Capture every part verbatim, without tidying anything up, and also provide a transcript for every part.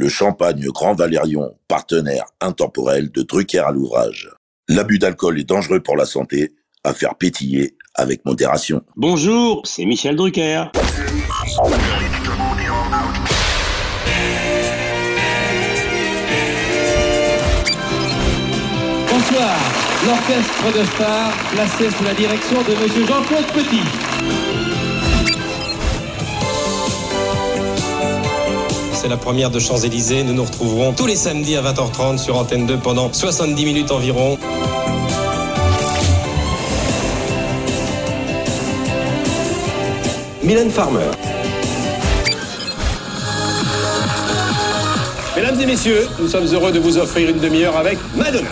le champagne Grand Valérion, partenaire intemporel de Drucker à l'ouvrage. L'abus d'alcool est dangereux pour la santé, à faire pétiller avec modération. Bonjour, c'est Michel Drucker. Bonsoir, l'orchestre de stars placé sous la direction de Monsieur Jean-Claude Petit. C'est la première de Champs-Élysées. Nous nous retrouverons tous les samedis à vingt heures trente sur Antenne deux pendant soixante-dix minutes environ. Mylène Farmer. Mesdames et messieurs, nous sommes heureux de vous offrir une demi-heure avec Madonna.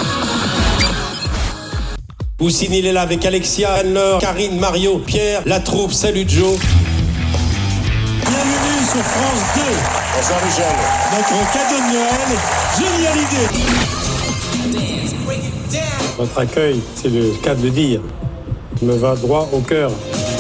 Poussine, il est là avec Alexia, Anne-Laure, Karine, Mario, Pierre, la troupe. Salut Joe. Bienvenue sur France deux. Bonsoir Michel. Notre cadeau de Noël, génial idée. Votre accueil, c'est le cas de le dire, me va droit au cœur.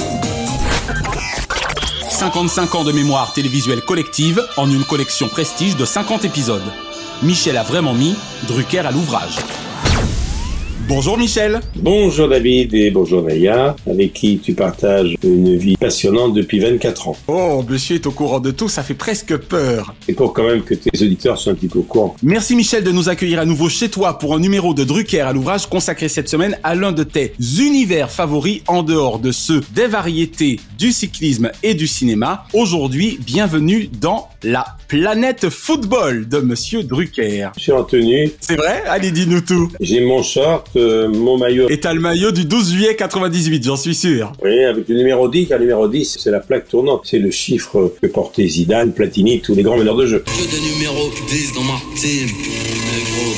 cinquante-cinq ans de mémoire télévisuelle collective en une collection prestige de cinquante épisodes. Michel a vraiment mis Drucker à l'ouvrage. Bonjour Michel. Bonjour David et bonjour Naya, avec qui tu partages une vie passionnante depuis vingt-quatre ans. Oh, monsieur est au courant de tout, ça fait presque peur. Et pour quand même que tes auditeurs soient un petit peu au courant. Merci Michel de nous accueillir à nouveau chez toi pour un numéro de Drucker à l'ouvrage consacré cette semaine à l'un de tes univers favoris en dehors de ceux des variétés, du cyclisme et du cinéma. Aujourd'hui, bienvenue dans la planète football de monsieur Drucker. Je suis en tenue. C'est vrai? Allez, dis-nous tout. J'ai mon short, euh, mon maillot. Et t'as le maillot du douze juillet quatre-vingt-dix-huit, j'en suis sûr. Oui, avec le numéro dix, car le numéro dix, c'est la plaque tournante. C'est le chiffre que portaient Zidane, Platini, tous les grands meneurs de jeu. Que des numéros dix dans ma team, négro.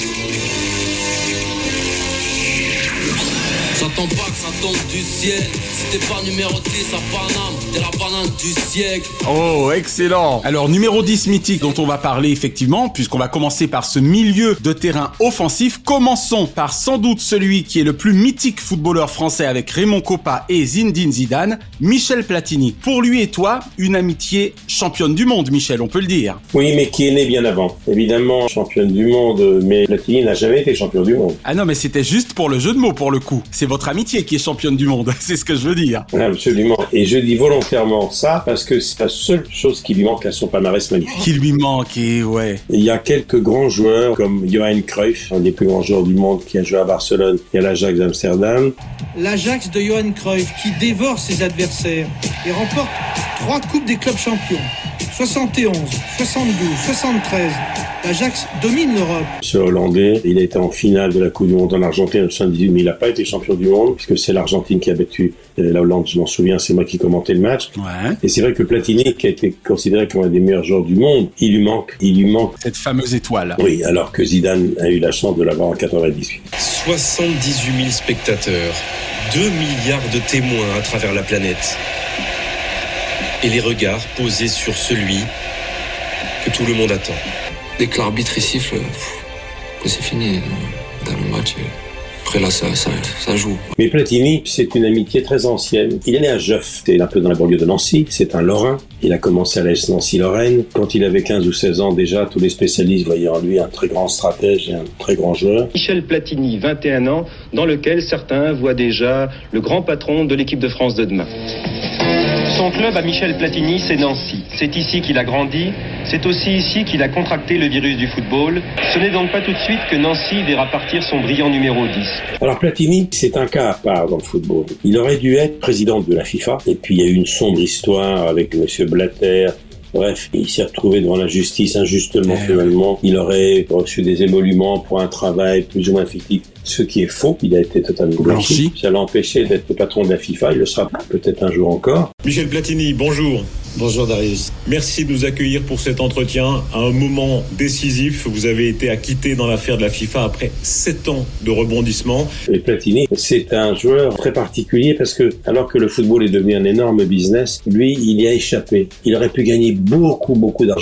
J'attends pas que ça tombe du ciel. Si t'es pas numéro dix à Paname, t'es la banane du siècle. Oh, excellent. Alors, numéro dix mythique dont on va parler effectivement, puisqu'on va commencer par ce milieu de terrain offensif. Commençons par sans doute celui qui est le plus mythique footballeur français avec Raymond Kopa et Zinedine Zidane, Michel Platini. Pour lui et toi, une amitié championne du monde, Michel, on peut le dire. Oui, mais qui est né bien avant. Évidemment, championne du monde, mais Platini n'a jamais été champion du monde. Ah non, mais c'était juste pour le jeu de mots, pour le coup. C'est votre amitié qui est championne du monde, c'est ce que je veux dire. Absolument. Et je dis volontairement ça parce que c'est la seule chose qui lui manque à son palmarès magnifique. Qui lui manque, et ouais. Il y a quelques grands joueurs comme Johan Cruyff, un des plus grands joueurs du monde qui a joué à Barcelone et à l'Ajax d'Amsterdam. L'Ajax de Johan Cruyff qui dévore ses adversaires et remporte trois coupes des clubs champions. soixante et onze, soixante-douze, soixante-treize. L'Ajax domine l'Europe. Ce Hollandais, il a été en finale de la Coupe du Monde en Argentine en soixante-dix-huit, mais il n'a pas été champion du monde, puisque c'est l'Argentine qui a battu la Hollande, je m'en souviens, c'est moi qui commentais le match. Ouais. Et c'est vrai que Platini, qui a été considéré comme un des meilleurs joueurs du monde, il lui manque, il lui manque... cette fameuse étoile. Oui, alors que Zidane a eu la chance de l'avoir en quatre-vingt-dix-huit. soixante-dix-huit mille spectateurs, deux milliards de témoins à travers la planète. Et les regards posés sur celui que tout le monde attend. Dès que l'arbitre il siffle, c'est fini dans le match. Après là, ça, ça, ça joue. Mais Platini, c'est une amitié très ancienne. Il est né à Joffre, c'est un peu dans la banlieue de Nancy, c'est un Lorrain. Il a commencé à l'A S Nancy-Lorraine. Quand il avait quinze ou seize ans déjà, tous les spécialistes voyaient en lui un très grand stratège et un très grand joueur. Michel Platini, vingt et un ans, dans lequel certains voient déjà le grand patron de l'équipe de France de demain. Son club à Michel Platini, c'est Nancy. C'est ici qu'il a grandi, c'est aussi ici qu'il a contracté le virus du football. Ce n'est donc pas tout de suite que Nancy verra partir son brillant numéro dix. Alors Platini, c'est un cas à part dans le football. Il aurait dû être président de la FIFA, et puis il y a eu une sombre histoire avec monsieur Blatter. Bref, il s'est retrouvé devant la justice injustement finalement. Il aurait reçu des émoluments pour un travail plus ou moins fictif. Ce qui est faux, il a été totalement blanchi. Ça l'a empêché d'être le patron de la FIFA, il le sera peut-être un jour encore. Michel Platini, bonjour. Bonjour Darius. Merci de nous accueillir pour cet entretien. À un moment décisif, vous avez été acquitté dans l'affaire de la FIFA après sept ans de rebondissement. Et Platini, c'est un joueur très particulier parce que, alors que le football est devenu un énorme business, lui, il y a échappé. Il aurait pu gagner beaucoup, beaucoup d'argent.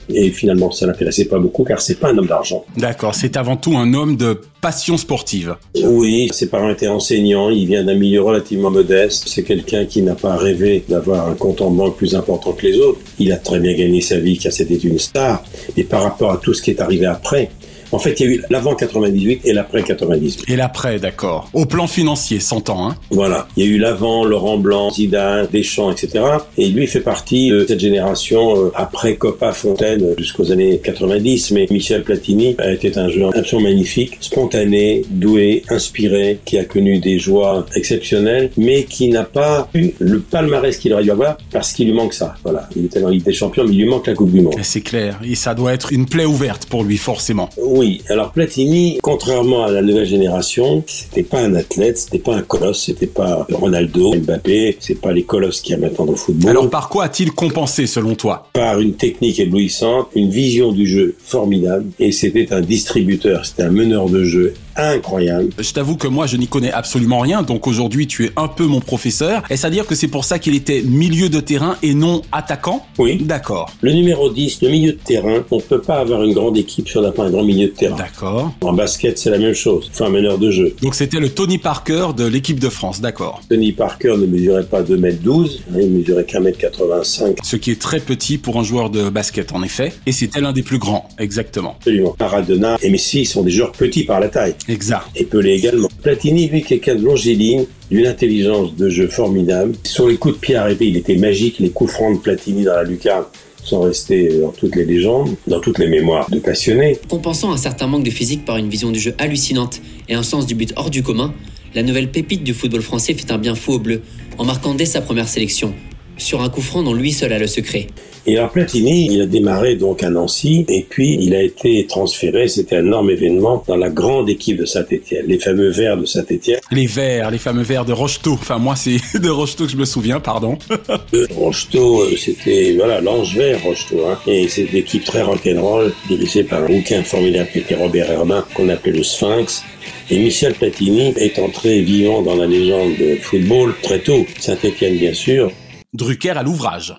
Et finalement, ça l'intéressait pas beaucoup car c'est pas un homme d'argent. D'accord, c'est avant tout un homme de passion sportive. Oui, ses parents étaient enseignants, il vient d'un milieu relativement modeste. C'est quelqu'un qui n'a pas rêvé d'avoir un compte en banque plus important que les autres. Il a très bien gagné sa vie car c'était une star. Et par rapport à tout ce qui est arrivé après, en fait, il y a eu l'avant quatre-vingt-dix-huit et l'après quatre-vingt-dix-huit. Et l'après, d'accord. Au plan financier, s'entend, hein. Voilà. Il y a eu l'avant, Laurent Blanc, Zidane, Deschamps, et cetera. Et lui fait partie de cette génération euh, après Coppa, Fontaine, jusqu'aux années quatre-vingt-dix. Mais Michel Platini a été un joueur absolument magnifique, spontané, doué, inspiré, qui a connu des joies exceptionnelles, mais qui n'a pas eu le palmarès qu'il aurait dû avoir parce qu'il lui manque ça. Voilà. Il était dans la Ligue des Champions, mais il lui manque la Coupe du Monde. C'est clair. Et ça doit être une plaie ouverte pour lui, forcément. Oui, alors Platini, contrairement à la nouvelle génération, c'était pas un athlète, c'était pas un colosse, c'était pas Ronaldo, Mbappé, c'est pas les colosses qu'il y a maintenant dans le football. Alors par quoi a-t-il compensé selon toi ? Par une technique éblouissante, une vision du jeu formidable, et c'était un distributeur, c'était un meneur de jeu incroyable. Je t'avoue que moi je n'y connais absolument rien, donc aujourd'hui tu es un peu mon professeur. Est-ce à dire que c'est pour ça qu'il était milieu de terrain et non attaquant ? Oui. D'accord. Le numéro dix, le milieu de terrain, on peut pas avoir une grande équipe si on n'a pas un grand milieu de terrain. D'accord. En basket, c'est la même chose. Enfin, un meneur de jeu. Donc c'était le Tony Parker de l'équipe de France, d'accord. Tony Parker ne mesurait pas deux mètres douze, il mesurait qu'un mètre quatre-vingt-cinq. Ce qui est très petit pour un joueur de basket, en effet. Et c'était l'un des plus grands, exactement. Absolument. Maradona et Messi sont des joueurs petits par la taille. Exact. Et Pelé également. Platini, lui, quelqu'un de longiligne, d'une intelligence de jeu formidable. Sur les coups de pied arrêtés, il était magique. Les coups francs de Platini dans la lucarne sont restés dans toutes les légendes, dans toutes les mémoires de passionnés. Compensant un certain manque de physique par une vision du jeu hallucinante et un sens du but hors du commun, la nouvelle pépite du football français fit un bien fou aux Bleus, en marquant dès sa première sélection, sur un coup franc dont lui seul a le secret. Et alors Platini, il a démarré donc à Nancy, et puis il a été transféré, c'était un énorme événement, dans la grande équipe de Saint-Étienne, les fameux Verts de Saint-Étienne. Les Verts, les fameux Verts de Rocheteau, enfin moi c'est de Rocheteau que je me souviens, pardon. Rocheteau, c'était, voilà, l'Ange Vert Rocheteau, hein. Et c'est une équipe très rock'n'roll, dirigée par un bouquin formidable qui était Robert Herman, qu'on appelait le Sphinx. Et Michel Platini est entré vivant dans la légende de football très tôt. Saint-Étienne, bien sûr. Drucker à l'ouvrage.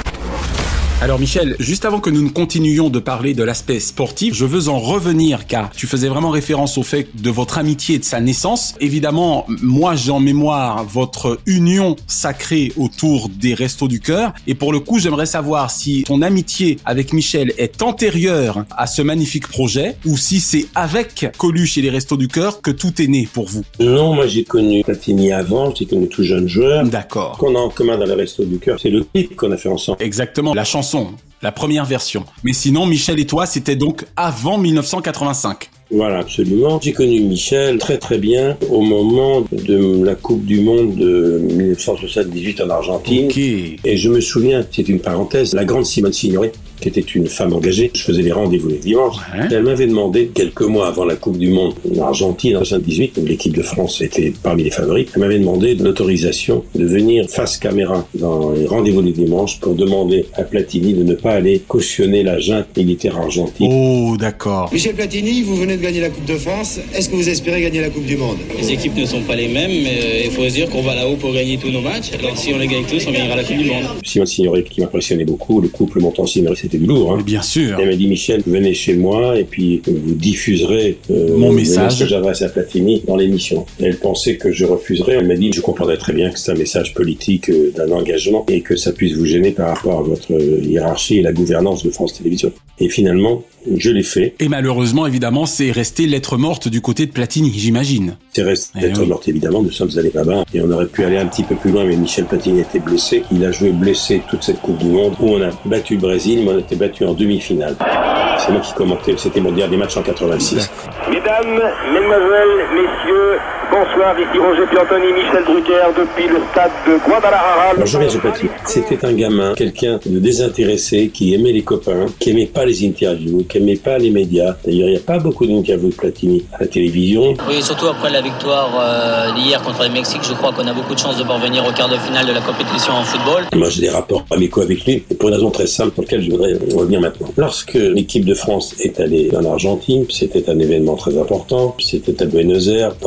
Alors Michel, juste avant que nous ne continuions de parler de l'aspect sportif, je veux en revenir car tu faisais vraiment référence au fait de votre amitié et de sa naissance. Évidemment, moi j'ai en mémoire votre union sacrée autour des Restos du Cœur et pour le coup j'aimerais savoir si ton amitié avec Michel est antérieure à ce magnifique projet ou si c'est avec Coluche et les Restos du Cœur que tout est né pour vous. Non, moi j'ai connu Platini avant, j'ai connu tout jeune joueur. D'accord. Qu'on a en commun dans les Restos du Cœur, c'est le clip qu'on a fait ensemble. Exactement, la chanson. La première version. Mais sinon, Michel et toi, c'était donc avant mille neuf cent quatre-vingt-cinq. Voilà, absolument. J'ai connu Michel très très bien au moment de la Coupe du Monde de mille neuf cent soixante-dix-huit en Argentine. Okay. Et je me souviens, c'est une parenthèse, la grande Simone Signoret, qui était une femme engagée, je faisais les rendez-vous les dimanches. Ouais. Elle m'avait demandé, quelques mois avant la Coupe du Monde en Argentine en soixante-dix-huit, où l'équipe de France était parmi les favoris, elle m'avait demandé l'autorisation de venir face caméra dans les rendez-vous les dimanches pour demander à Platini de ne pas aller cautionner la junte militaire argentine. Oh, d'accord. Michel Platini, vous venez de gagner la Coupe de France. Est-ce que vous espérez gagner la Coupe du Monde ? Les équipes ne sont pas les mêmes, mais il faut se dire qu'on va là-haut pour gagner tous nos matchs. Alors si on les gagne tous, on gagnera la Coupe du Monde. Simone Signoret qui m'impressionnait beaucoup, le couple Montand-Signoret, c'était du lourd. Hein. Bien sûr. Elle m'a dit, Michel, venez chez moi et puis vous diffuserez euh, mon message que j'adresse à Platini dans l'émission. Elle pensait que je refuserais. Elle m'a dit, je comprendrais très bien que c'est un message politique euh, d'un engagement et que ça puisse vous gêner par rapport à votre euh, hiérarchie et la gouvernance de France Télévisions. Et finalement, je l'ai fait. Et malheureusement, évidemment, c'est resté lettre morte du côté de Platini, j'imagine. C'est resté eh lettre oui. morte, évidemment. Nous sommes allés là-bas et on aurait pu aller un petit peu plus loin, mais Michel Platini était blessé. Il a joué blessé toute cette Coupe du Monde où on a battu le Brésil, mais on a été battu en demi-finale. C'est moi qui commentais, c'était mon dernier match en quatre-vingt-six. Mesdames, Mesdemoiselles, Messieurs, bonsoir, ici Roger Piantoni, Michel Drucker, depuis le stade de Guadalajara. Bonjour Michel Platini. C'était un gamin, quelqu'un de désintéressé, qui aimait les copains, qui aimait pas les interviews, qui aimait pas les médias. D'ailleurs, il n'y a pas beaucoup d'interviews de Platini à la télévision. Oui, surtout après la victoire euh, d'hier contre le Mexique, je crois qu'on a beaucoup de chance de parvenir au quart de finale de la compétition en football. Moi, j'ai des rapports amicaux avec lui, et pour une raison très simple pour laquelle je voudrais revenir maintenant. Lorsque l'équipe de France est allée en Argentine, c'était un événement très important, c'était à Buenos Aires, dans une atmosphère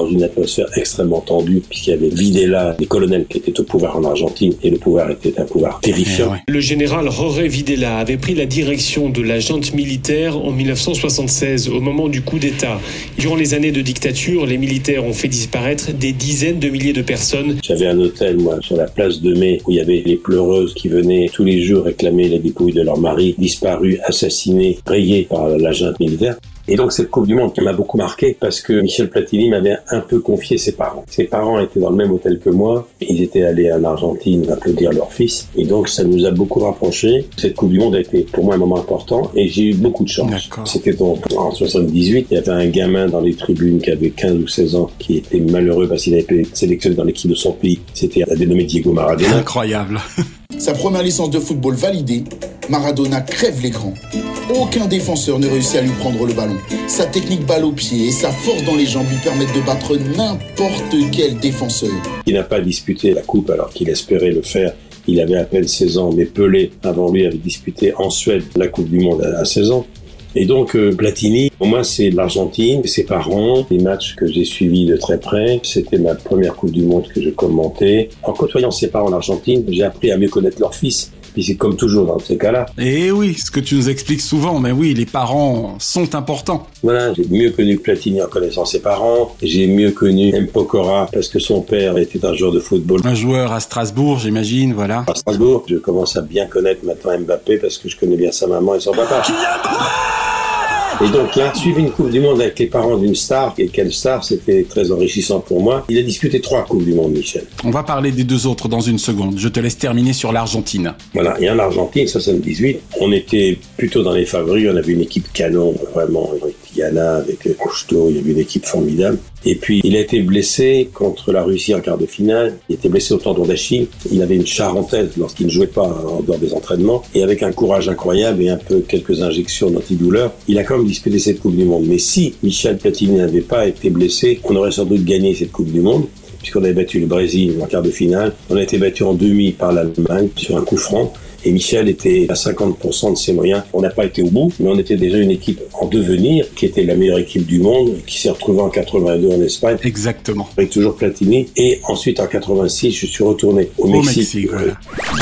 atmosphère extrêmement tendue, puisqu'il y avait Videla, les colonels qui étaient au pouvoir en Argentine, et le pouvoir était un pouvoir terrifiant. Le général Jorge Videla avait pris la direction de la junte militaire en mille neuf cent soixante-seize, au moment du coup d'État. Durant les années de dictature, les militaires ont fait disparaître des dizaines de milliers de personnes. J'avais un hôtel, moi, sur la place de Mai, où il y avait les pleureuses qui venaient tous les jours réclamer les dépouilles de leur mari, disparus, assassinés, rayés par la junte militaire. Et donc cette Coupe du Monde m'a beaucoup marqué parce que Michel Platini m'avait un peu confié ses parents. Ses parents étaient dans le même hôtel que moi. Ils étaient allés en Argentine applaudir leur fils. Et donc ça nous a beaucoup rapprochés. Cette Coupe du Monde a été pour moi un moment important et j'ai eu beaucoup de chance. D'accord. C'était donc en soixante-dix-huit. Il y avait un gamin dans les tribunes qui avait quinze ou seize ans qui était malheureux parce qu'il avait été sélectionné dans l'équipe de son pays. C'était un dénommé Diego Maradona. Incroyable. Sa première licence de football validée, Maradona crève l'écran. Aucun défenseur ne réussit à lui prendre le ballon. Sa technique balle au pied et sa force dans les jambes lui permettent de battre n'importe quel défenseur. Il n'a pas disputé la coupe alors qu'il espérait le faire. Il avait à peine seize ans, mais Pelé, avant lui, avait disputé en Suède la Coupe du Monde à seize ans. Et donc euh, Platini, pour moi, c'est l'Argentine, ses parents, les matchs que j'ai suivis de très près. C'était ma première Coupe du Monde que je commentais. En côtoyant ses parents en Argentine, j'ai appris à mieux connaître leur fils. Puis c'est comme toujours dans ces cas-là. Et oui, ce que tu nous expliques souvent, mais oui, les parents sont importants. Voilà, j'ai mieux connu Platini en connaissant ses parents. J'ai mieux connu M. Pokora parce que son père était un joueur de football. Un joueur à Strasbourg, j'imagine, voilà. À Strasbourg, je commence à bien connaître maintenant Mbappé parce que je connais bien sa maman et son papa. Et donc là, suivre une Coupe du Monde avec les parents d'une star, et quelle star, c'était très enrichissant pour moi. Il a disputé trois Coupes du Monde, Michel. On va parler des deux autres dans une seconde. Je te laisse terminer sur l'Argentine. Voilà, et en Argentine, soixante-dix-huit, on était plutôt dans les favoris. On avait une équipe canon, vraiment, avec Tigana, avec Cousteau, il y avait une équipe formidable. Et puis, il a été blessé contre la Russie en quart de finale. Il était blessé au tendon d'Achille. Il avait une charentaise lorsqu'il ne jouait pas en dehors des entraînements. Et avec un courage incroyable et un peu quelques injections d'antidouleur, il a quand même disputé cette Coupe du Monde. Mais si Michel Platini n'avait pas été blessé, on aurait sans doute gagné cette Coupe du Monde, puisqu'on avait battu le Brésil en quart de finale. On a été battu en demi par l'Allemagne sur un coup franc. Et Michel était à cinquante pour cent de ses moyens. On n'a pas été au bout, mais on était déjà une équipe en devenir, qui était la meilleure équipe du monde, qui s'est retrouvée en quatre-vingt-deux en Espagne. Exactement. Avec toujours Platini. Et ensuite, en quatre-vingt-six, je suis retourné au, au Mexique. Mexique voilà.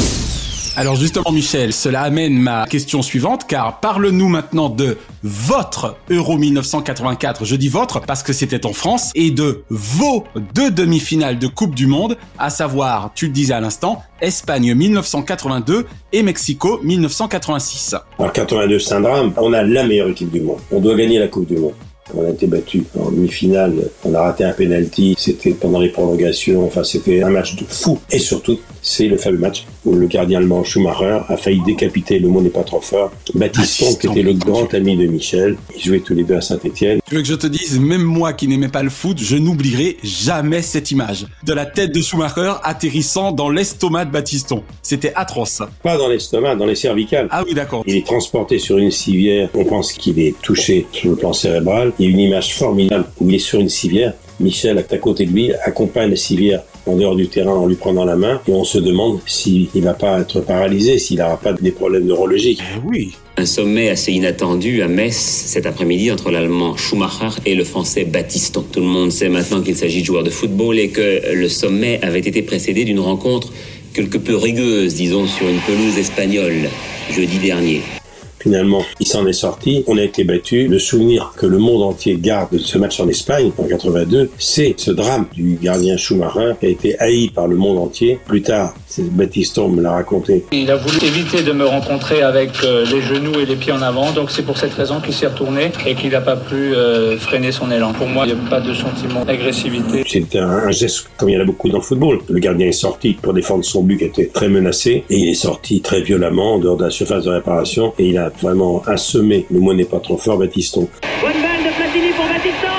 Alors justement, Michel, cela amène ma question suivante, car parle-nous maintenant de votre Euro mille neuf cent quatre-vingt-quatre. Je dis votre parce que c'était en France, et de vos deux demi-finales de Coupe du Monde, à savoir, tu le disais à l'instant, Espagne mille neuf cent quatre-vingt-deux et Mexico mille neuf cent quatre-vingt-six. Alors quatre-vingt-deux, c'est un drame. On a la meilleure équipe du monde. On doit gagner la Coupe du Monde. On a été battu en demi-finale, on a raté un penalty, c'était pendant les prolongations, enfin c'était un match de fou. Et surtout, c'est le fameux match où le gardien allemand Schumacher a failli décapiter, le mot n'est pas trop fort, Battiston, Battiston qui était le grand ami de Michel. Ils jouaient tous les deux à Saint-Étienne. Tu veux que je te dise, même moi qui n'aimais pas le foot, je n'oublierai jamais cette image de la tête de Schumacher atterrissant dans l'estomac de Battiston. C'était atroce. Pas dans l'estomac, dans les cervicales. Ah oui, d'accord. Il est transporté sur une civière, on pense qu'il est touché sur le plan cérébral. Il y a une image formidable où il est sur une civière. Michel, à côté de lui, accompagne la civière en dehors du terrain en lui prenant la main. Et on se demande s'il ne va pas être paralysé, s'il n'aura pas des problèmes neurologiques. Eh oui. Un sommet assez inattendu à Metz cet après-midi entre l'Allemand Schumacher et le Français Battiston. Tout le monde sait maintenant qu'il s'agit de joueurs de football et que le sommet avait été précédé d'une rencontre quelque peu rigueuse, disons, sur une pelouse espagnole, jeudi dernier. Finalement, il s'en est sorti, on a été battu. Le souvenir que le monde entier garde de ce match en Espagne, en quatre-vingt-deux, c'est ce drame du gardien Schumacher qui a été haï par le monde entier. Plus tard, c'est Battiston me l'a raconté. Il a voulu éviter de me rencontrer avec euh, les genoux et les pieds en avant, donc c'est pour cette raison qu'il s'est retourné et qu'il n'a pas pu euh, freiner son élan. Pour moi, il n'y a pas de sentiment d'agressivité. C'était un, un geste comme il y en a beaucoup dans le football. Le gardien est sorti pour défendre son but qui était très menacé et il est sorti très violemment en dehors de la surface de réparation et il a vraiment assommé, le mot n'est pas trop fort, Battiston. Bonne balle de Platini pour Battiston.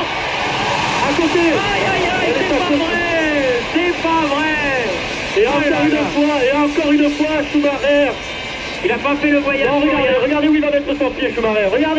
À côté. Aïe aïe aïe, c'est pas vrai, c'est pas vrai. Et encore une fois, et encore une fois, Schumacher. Il a pas fait le voyage. Non, regardez, regardez où il va mettre son pied, Schumacher. Regardez.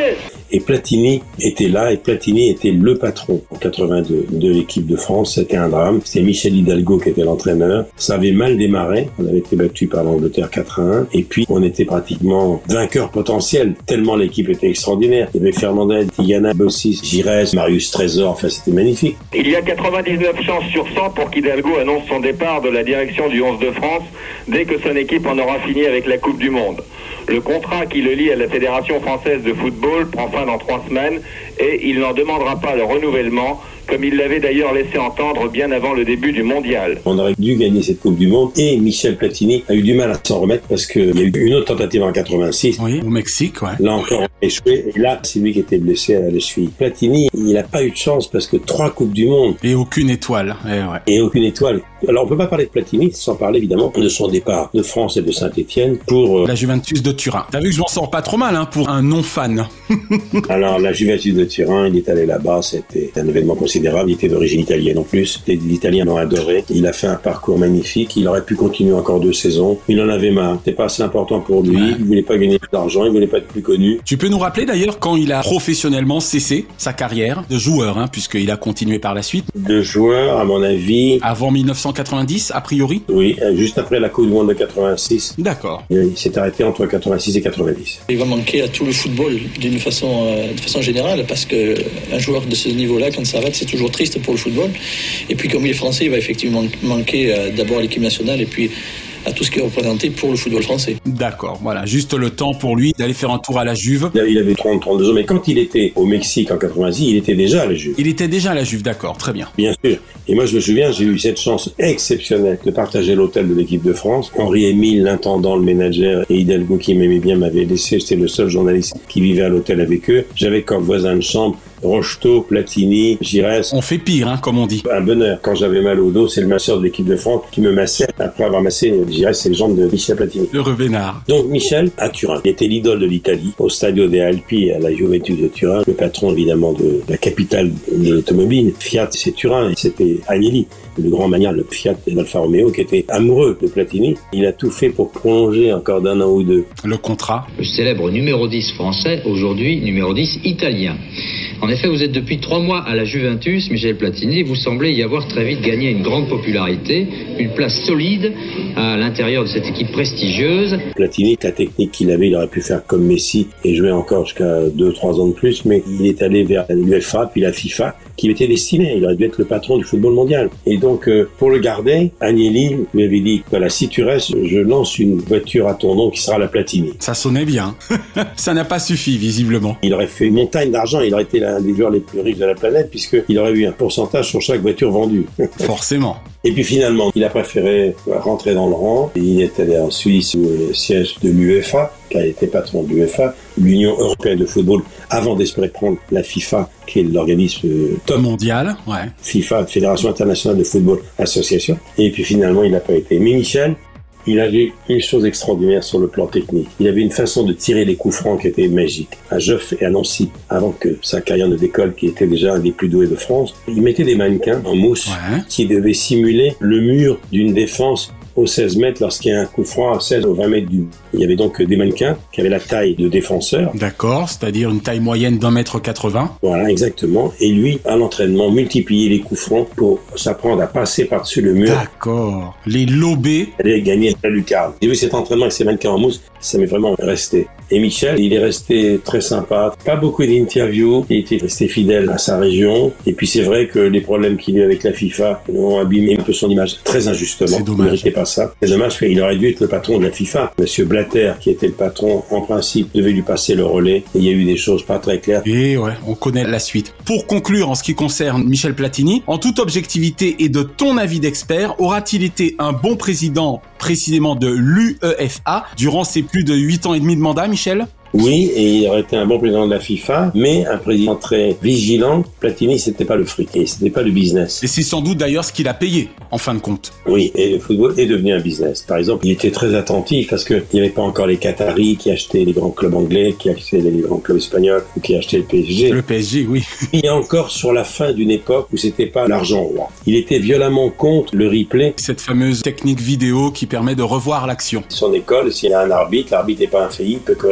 Et Platini était là, et Platini était le patron en quatre-vingt-deux de l'équipe de France. C'était un drame. C'était Michel Hidalgo qui était l'entraîneur. Ça avait mal démarré. On avait été battu par l'Angleterre quatre à un. Et puis, on était pratiquement vainqueur potentiel, tellement l'équipe était extraordinaire. Il y avait Fernandez, Tigana, Bossis, Giresse, Marius Trésor. Enfin, c'était magnifique. Il y a quatre-vingt-dix-neuf chances sur cent pour qu'Hidalgo annonce son départ de la direction du onze de France dès que son équipe en aura fini avec la Coupe du Monde. Le contrat qui le lie à la Fédération française de football prend fin dans trois semaines et il n'en demandera pas le renouvellement, comme il l'avait d'ailleurs laissé entendre bien avant le début du mondial. On aurait dû gagner cette Coupe du Monde et Michel Platini a eu du mal à s'en remettre parce qu'il y a eu une autre tentative en quatre-vingt-six. Oui, au Mexique, ouais. Là encore, on a échoué. Et là, c'est lui qui était blessé à la cheville. Platini, il n'a pas eu de chance parce que trois Coupes du Monde. Et aucune étoile. Eh ouais. Et aucune étoile. Alors, on peut pas parler de Platini sans parler évidemment de son départ de France et de Saint-Étienne pour... Euh... La Juventus de Turin. T'as vu que je m'en sors pas trop mal, hein, pour un non-fan. Alors, la Juventus de Turin, il est allé là-bas, c'était un événement considérable. Il était d'origine italienne en plus. Les Italiens l'ont adoré. Il a fait un parcours magnifique. Il aurait pu continuer encore deux saisons. Il en avait marre. C'était pas assez important pour lui. Ouais. Il voulait pas gagner d'argent. Il voulait pas être plus connu. Tu peux nous rappeler d'ailleurs quand il a professionnellement cessé sa carrière de joueur, hein, puisqu'il a continué par la suite. De joueur, à mon avis. Avant mille neuf cent quatre-vingt-dix, a priori. Oui, juste après la Coupe du Monde de quatre-vingt-six. D'accord. Il s'est arrêté entre quatre-vingt-six et quatre-vingt-dix. Il va manquer à tout le football d'une façon, euh, de façon générale, parce que un joueur de ce niveau-là, quand ça arrête, c'est toujours triste pour le football. Et puis comme il est français, il va effectivement manquer euh, d'abord à l'équipe nationale et puis à tout ce qui est représenté pour le football français. D'accord, voilà, juste le temps pour lui d'aller faire un tour à la Juve. Il avait trente à trente-deux ans, mais quand il était au Mexique en quatre-vingt-six, il était déjà à la Juve. Il était déjà à la Juve, d'accord, très bien. Bien sûr. Et moi, je me souviens, j'ai eu cette chance exceptionnelle de partager l'hôtel de l'équipe de France. Henri Émile, l'intendant, le manager, et Hidalgo, qui m'aimait bien, m'avait laissé. J'étais le seul journaliste qui vivait à l'hôtel avec eux. J'avais comme voisin de chambre Rocheteau, Platini, Giresse. On fait pire, hein, comme on dit. Un bonheur. Quand j'avais mal au dos, c'est le masseur de l'équipe de France qui me massait. Après avoir massé, Giresse, c'est les jambes de Michel Platini. Le Revénard. Donc, Michel, à Turin. Il était l'idole de l'Italie, au Stadio dei Alpi, à la Juventus de Turin. Le patron, évidemment, de la capitale de l'automobile. Fiat, c'est Turin. C'était Agnelli, le grand manière de Fiat et d'Alfa Romeo, qui était amoureux de Platini. Il a tout fait pour prolonger encore d'un an ou deux le contrat. Le célèbre numéro dix français, aujourd'hui numéro dix italien. En effet, vous êtes depuis trois mois à la Juventus, Michel Platini, et vous semblez y avoir très vite gagné une grande popularité, une place solide à l'intérieur de cette équipe prestigieuse. Platini, la technique qu'il avait, il aurait pu faire comme Messi et jouer encore jusqu'à deux trois ans de plus, mais il est allé vers l'UEFA, puis la FIFA, qui lui était destiné. Il aurait dû être le patron du football mondial. Et donc, euh, pour le garder, Agnelli lui avait dit, voilà, si tu restes, je lance une voiture à ton nom qui sera la Platini. Ça sonnait bien. Ça n'a pas suffi, visiblement. Il aurait fait une montagne d'argent, il aurait été l'un des joueurs les plus riches de la planète, puisqu'il aurait eu un pourcentage sur chaque voiture vendue. Forcément. Et puis finalement, il a préféré rentrer dans le rang. Il est allé en Suisse, où le siège de l'UEFA, car il était patron de l'UEFA, l'Union Européenne de Football, avant d'espérer prendre la FIFA, qui est l'organisme top mondial, ouais. FIFA, Fédération Internationale de Football Association. Et puis finalement, il n'a pas été. Mais Michel, il avait une chose extraordinaire sur le plan technique. Il avait une façon de tirer les coups francs qui était magique. À Geoff et à Nancy, avant que sa carrière ne décolle, qui était déjà un des plus doués de France, il mettait des mannequins en mousse ouais. qui devaient simuler le mur d'une défense au seize mètres lorsqu'il y a un coup franc à seize ou vingt mètres du... Il y avait donc des mannequins qui avaient la taille de défenseur. D'accord, c'est-à-dire une taille moyenne d'un mètre quatre-vingts. Voilà, exactement. Et lui, à l'entraînement, multipliait les coups francs pour s'apprendre à passer par-dessus le mur. D'accord. Les lober. Aller gagner la lucarne. J'ai vu cet entraînement avec ces mannequins en mousse, ça m'est vraiment resté. Et Michel, il est resté très sympa. Pas beaucoup d'interviews. Il était resté fidèle à sa région. Et puis c'est vrai que les problèmes qu'il a eu avec la FIFA ont abîmé un peu son image très injustement. C'est dommage. Il méritait pas ça. C'est dommage parce qu'il aurait dû être le patron de la FIFA. Monsieur Blatter, qui était le patron, en principe, devait lui passer le relais. Et il y a eu des choses pas très claires. Et ouais, on connaît la suite. Pour conclure, en ce qui concerne Michel Platini, en toute objectivité et de ton avis d'expert, aura-t-il été un bon président précisément de l'UEFA durant ses plus de huit ans et demi de mandat, Michel ? Oui, et il aurait été un bon président de la FIFA, mais un président très vigilant. Platini, c'était pas le fric, et c'était pas le business. Et c'est sans doute d'ailleurs ce qu'il a payé, en fin de compte. Oui, et le football est devenu un business. Par exemple, il était très attentif parce que il n'y avait pas encore les Qataris qui achetaient les grands clubs anglais, qui achetaient les grands clubs espagnols, ou qui achetaient le P S G. Le P S G, oui. Il est encore sur la fin d'une époque où c'était pas l'argent roi. Il était violemment contre le replay. Cette fameuse technique vidéo qui permet de revoir l'action. Son école, s'il y a un arbitre, l'arbitre n'est pas infaillible, peut commettre des erreurs.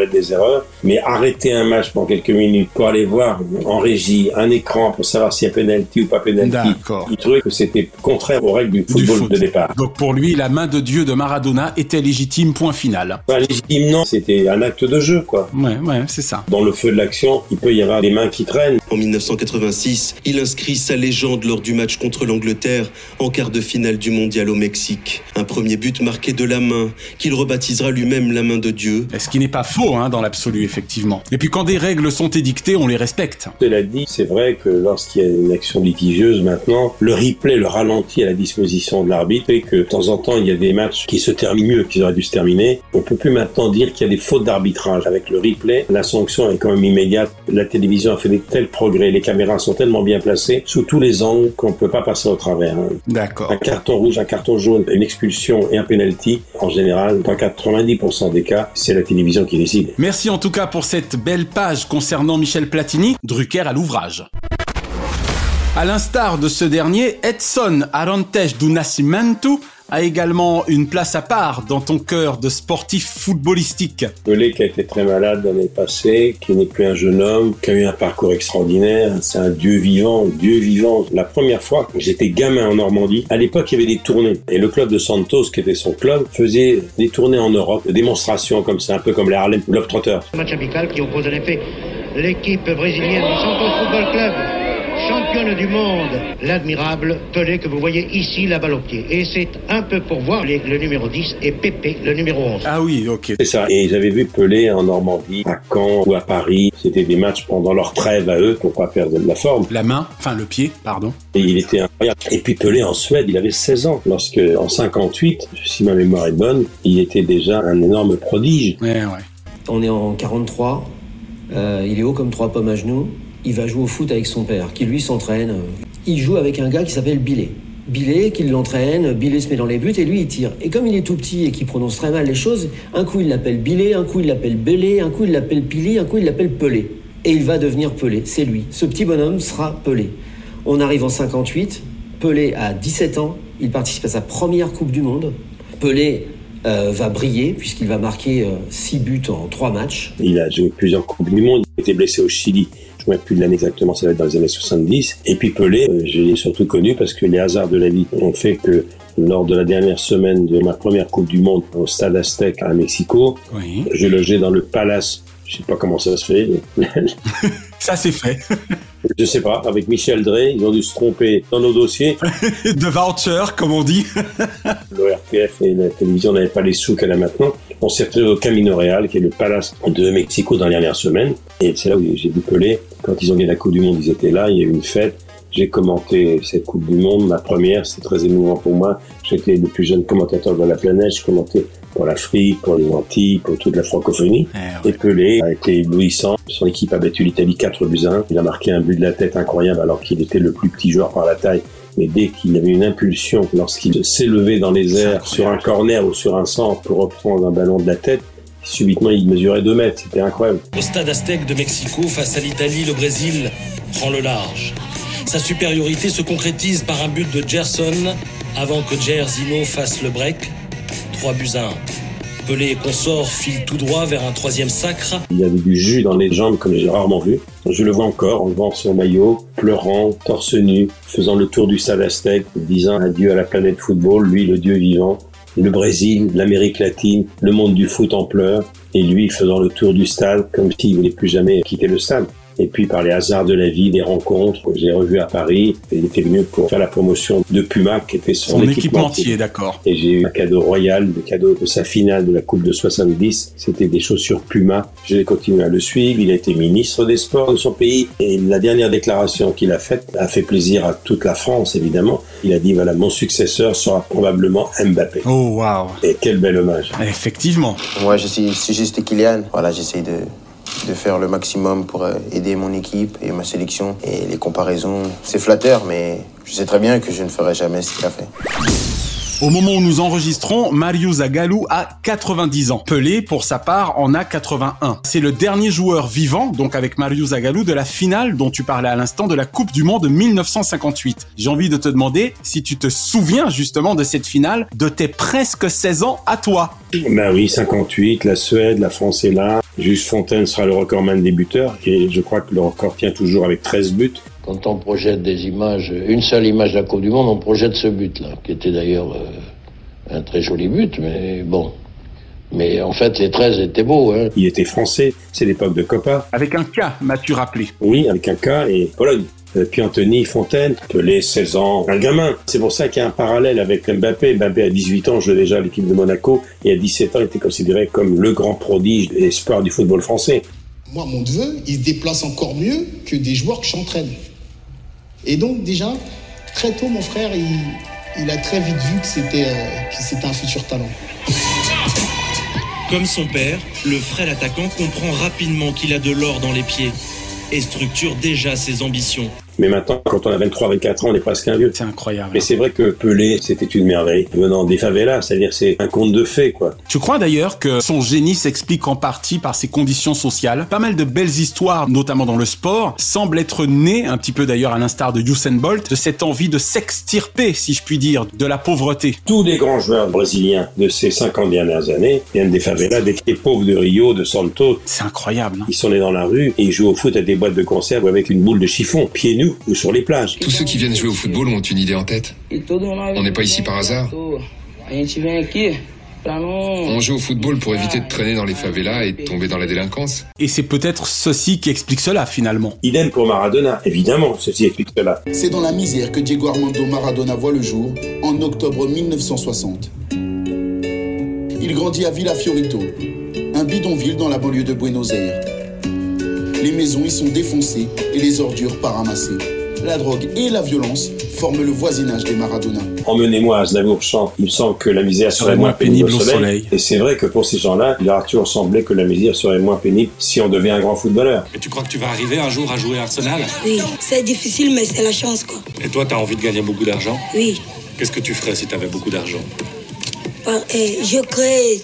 horreur. Mais arrêter un match pendant quelques minutes pour aller voir en régie un écran pour savoir s'il y a penalty ou pas penalty, D'accord. il trouvait que c'était contraire aux règles du football du foot. de départ. Donc pour lui, la main de Dieu de Maradona était légitime, point final. Pas légitime, non, c'était un acte de jeu, quoi. Ouais, ouais, c'est ça. Dans le feu de l'action, il peut y avoir des mains qui traînent. En dix-neuf cent quatre-vingt-six, il inscrit sa légende lors du match contre l'Angleterre en quart de finale du mondial au Mexique. Un premier but marqué de la main, qu'il rebaptisera lui-même la main de Dieu. Ce qui n'est pas faux, hein, dans l'absolu, effectivement. Et puis quand des règles sont édictées, on les respecte. Cela dit, c'est vrai que lorsqu'il y a une action litigieuse maintenant, le replay, le ralenti à la disposition de l'arbitre fait que de temps en temps, il y a des matchs qui se terminent mieux qu'ils auraient dû se terminer. On peut plus maintenant dire qu'il y a des fautes d'arbitrage. Avec le replay, la sanction est quand même immédiate. La télévision a fait des tels progrès, les caméras sont tellement bien placées sous tous les angles qu'on ne peut pas passer au travers. Hein. D'accord. Un carton rouge, un carton jaune, une expulsion et un penalty, en général, dans quatre-vingt-dix pour cent des cas, c'est la télévision qui décide. Merci en tout cas pour cette belle page concernant Michel Platini, Drucker à l'ouvrage. À l'instar de ce dernier, Edson Arantes do Nascimento a également une place à part dans ton cœur de sportif footballistique. Pelé qui a été très malade l'année passée, qui n'est plus un jeune homme, qui a eu un parcours extraordinaire, c'est un dieu vivant, dieu vivant. La première fois que j'étais gamin en Normandie, à l'époque il y avait des tournées, et le club de Santos, qui était son club, faisait des tournées en Europe, des démonstrations comme ça, un peu comme les Harlem Globetrotters. Match amical qui oppose en effet l'équipe brésilienne du Santos Football Club, championne du monde, l'admirable Pelé que vous voyez ici, la balle au pied. Et c'est un peu pour voir les, le numéro dix et Pépé, le numéro onze. Ah oui, ok. C'est ça. Et j'avais vu Pelé en Normandie, à Caen ou à Paris. C'était des matchs pendant leur trêve à eux pour pas perdre de la forme. La main, enfin le pied, pardon. Et il était incroyable. Et puis Pelé en Suède, il avait seize ans. Lorsque, en cinquante-huit, si ma mémoire est bonne, il était déjà un énorme prodige. Ouais, ouais. On est en quarante-trois. Euh, il est haut comme trois pommes à genoux. Il va jouer au foot avec son père, qui lui s'entraîne. Il joue avec un gars qui s'appelle Billet. Billet, qui l'entraîne, Billet se met dans les buts et lui il tire. Et comme il est tout petit et qu'il prononce très mal les choses, un coup il l'appelle Billet, un coup il l'appelle Bélé, un coup il l'appelle Pili, un coup il l'appelle Pelé. Et il va devenir Pelé, c'est lui. Ce petit bonhomme sera Pelé. On arrive en cinquante-huit, Pelé a dix-sept ans, il participe à sa première Coupe du Monde. Pelé euh, va briller puisqu'il va marquer euh, six buts en trois matchs. Il a joué plusieurs Coupes du Monde, il était blessé au Chili. Je ne me souviens plus de l'année exactement, ça va être dans les années soixante-dix. Et puis Pelé, euh, je l'ai surtout connu parce que les hasards de la vie ont fait que lors de la dernière semaine de ma première Coupe du Monde au Stade Aztec à Mexico, oui. Je logeais dans le Palace. Je sais pas comment ça se fait. Ça c'est fait. Je sais pas, avec Michel Drey, ils ont dû se tromper dans nos dossiers. De voucher, comme on dit. Le R T F et la télévision n'avaient pas les sous qu'elle a maintenant. On s'est retrouvé au Camino Real, qui est le Palace de Mexico dans la dernière semaine. Et c'est là où j'ai vu Pelé. Quand ils ont gagné la Coupe du Monde, ils étaient là, il y a eu une fête. J'ai commenté cette Coupe du Monde, ma première, c'était très émouvant pour moi. J'étais le plus jeune commentateur de la planète, je commentais pour l'Afrique, pour les Antilles, pour toute la francophonie. Eh ouais. Et Pelé a été éblouissant. Son équipe a battu l'Italie quatre buts à un. Il a marqué un but de la tête incroyable alors qu'il était le plus petit joueur par la taille. Mais dès qu'il avait une impulsion, lorsqu'il s'élevait dans les airs sur un corner ou sur un centre pour reprendre un ballon de la tête, subitement il mesurait deux mètres. C'était incroyable. Au Stade Aztec de Mexico, face à l'Italie, le Brésil prend le large. Sa supériorité se concrétise par un but de Gerson avant que Jairzinho fasse le break. trois buts à un. Pelé et consorts filent tout droit vers un troisième sacre. Il avait du jus dans les jambes comme j'ai rarement vu. Je le vois encore, en levant son maillot, pleurant, torse nu, faisant le tour du Stade Aztec, disant adieu à la planète football, lui le dieu vivant, le Brésil, l'Amérique latine, le monde du foot en pleurs, et lui faisant le tour du stade comme s'il ne voulait plus jamais quitter le stade. Et puis par les hasards de la vie, des rencontres que j'ai revues à Paris, il était venu pour faire la promotion de Puma, qui était son, son équipementier. équipementier, d'accord. Et j'ai eu un cadeau royal, le cadeau de sa finale de la Coupe de soixante-dix. C'était des chaussures Puma. J'ai continué à le suivre. Il a été ministre des Sports de son pays. Et la dernière déclaration qu'il a faite a fait plaisir à toute la France, évidemment. Il a dit, voilà, mon successeur sera probablement Mbappé. Oh, waouh. Et quel bel hommage. Effectivement. Moi, je suis, je suis juste Kylian. Voilà, j'essaie de... de faire le maximum pour aider mon équipe et ma sélection. Et les comparaisons, c'est flatteur, mais je sais très bien que je ne ferai jamais ce qu'il a fait. Au moment où nous enregistrons, Mario Zagallo a quatre-vingt-dix ans. Pelé, pour sa part, en a quatre-vingt-un. C'est le dernier joueur vivant, donc avec Mario Zagallo, de la finale dont tu parlais à l'instant de la Coupe du Monde de mille neuf cent cinquante-huit. J'ai envie de te demander si tu te souviens justement de cette finale de tes presque seize ans à toi. Ben oui, cinquante-huit, la Suède, la France est là. Juste Fontaine sera le recordman des buteurs et je crois que le record tient toujours avec treize buts. Quand on projette des images, une seule image de la Coupe du Monde, on projette ce but-là, qui était d'ailleurs euh, un très joli but, mais bon. Mais en fait, les treize étaient beaux. Hein. Il était français, c'est l'époque de Copa. Avec un K, m'as-tu rappelé? Oui, avec un K et Pologne. Puis Anthony, Fontaine, Pelé, seize ans, un gamin. C'est pour ça qu'il y a un parallèle avec Mbappé. Mbappé, à dix-huit ans, jouait déjà à l'équipe de Monaco et à dix-sept ans, il était considéré comme le grand prodige et espoir du football français. Moi, mon neveu, il se déplace encore mieux que des joueurs que j'entraîne. Et donc, déjà, très tôt, mon frère, il, il a très vite vu que c'était, euh, que c'était un futur talent. Comme son père, le frêle attaquant comprend rapidement qu'il a de l'or dans les pieds et structure déjà ses ambitions. Mais maintenant, quand on a vingt-trois vingt-quatre ans, on est presque un vieux. C'est incroyable. Mais c'est vrai que Pelé, c'était une merveille. Venant des favelas, c'est-à-dire c'est un conte de fées, quoi. Je crois d'ailleurs que son génie s'explique en partie par ses conditions sociales. Pas mal de belles histoires, notamment dans le sport, semblent être nées, un petit peu d'ailleurs à l'instar de Usain Bolt, de cette envie de s'extirper, si je puis dire, de la pauvreté. Tous les grands joueurs brésiliens de ces cinquante dernières années viennent des favelas, des pauvres de Rio, de Santos. C'est incroyable, hein. Ils sont nés dans la rue et ils jouent au foot à des boîtes de conserve avec une boule de chiffon, pieds nus ou sur les plages. Tous ceux qui viennent jouer au football ont une idée en tête. On n'est pas ici par hasard. On joue au football pour éviter de traîner dans les favelas et de tomber dans la délinquance. Et c'est peut-être ceci qui explique cela, finalement. Idem pour Maradona, évidemment, ceci explique cela. C'est dans la misère que Diego Armando Maradona voit le jour, en octobre mille neuf cent soixante. Il grandit à Villa Fiorito, un bidonville dans la banlieue de Buenos Aires. Les maisons y sont défoncées et les ordures pas ramassées. La drogue et la violence forment le voisinage des Maradona. Emmenez-moi à Aznavour-Champ, il me semble que la misère serait moins pénible au soleil. soleil. Et c'est vrai que pour ces gens-là, il a toujours semblé que la misère serait moins pénible si on devient un grand footballeur. Et tu crois que tu vas arriver un jour à jouer à Arsenal? Oui, c'est difficile, mais c'est la chance, quoi. Et toi, t'as envie de gagner beaucoup d'argent? Oui. Qu'est-ce que tu ferais si t'avais beaucoup d'argent? Je crée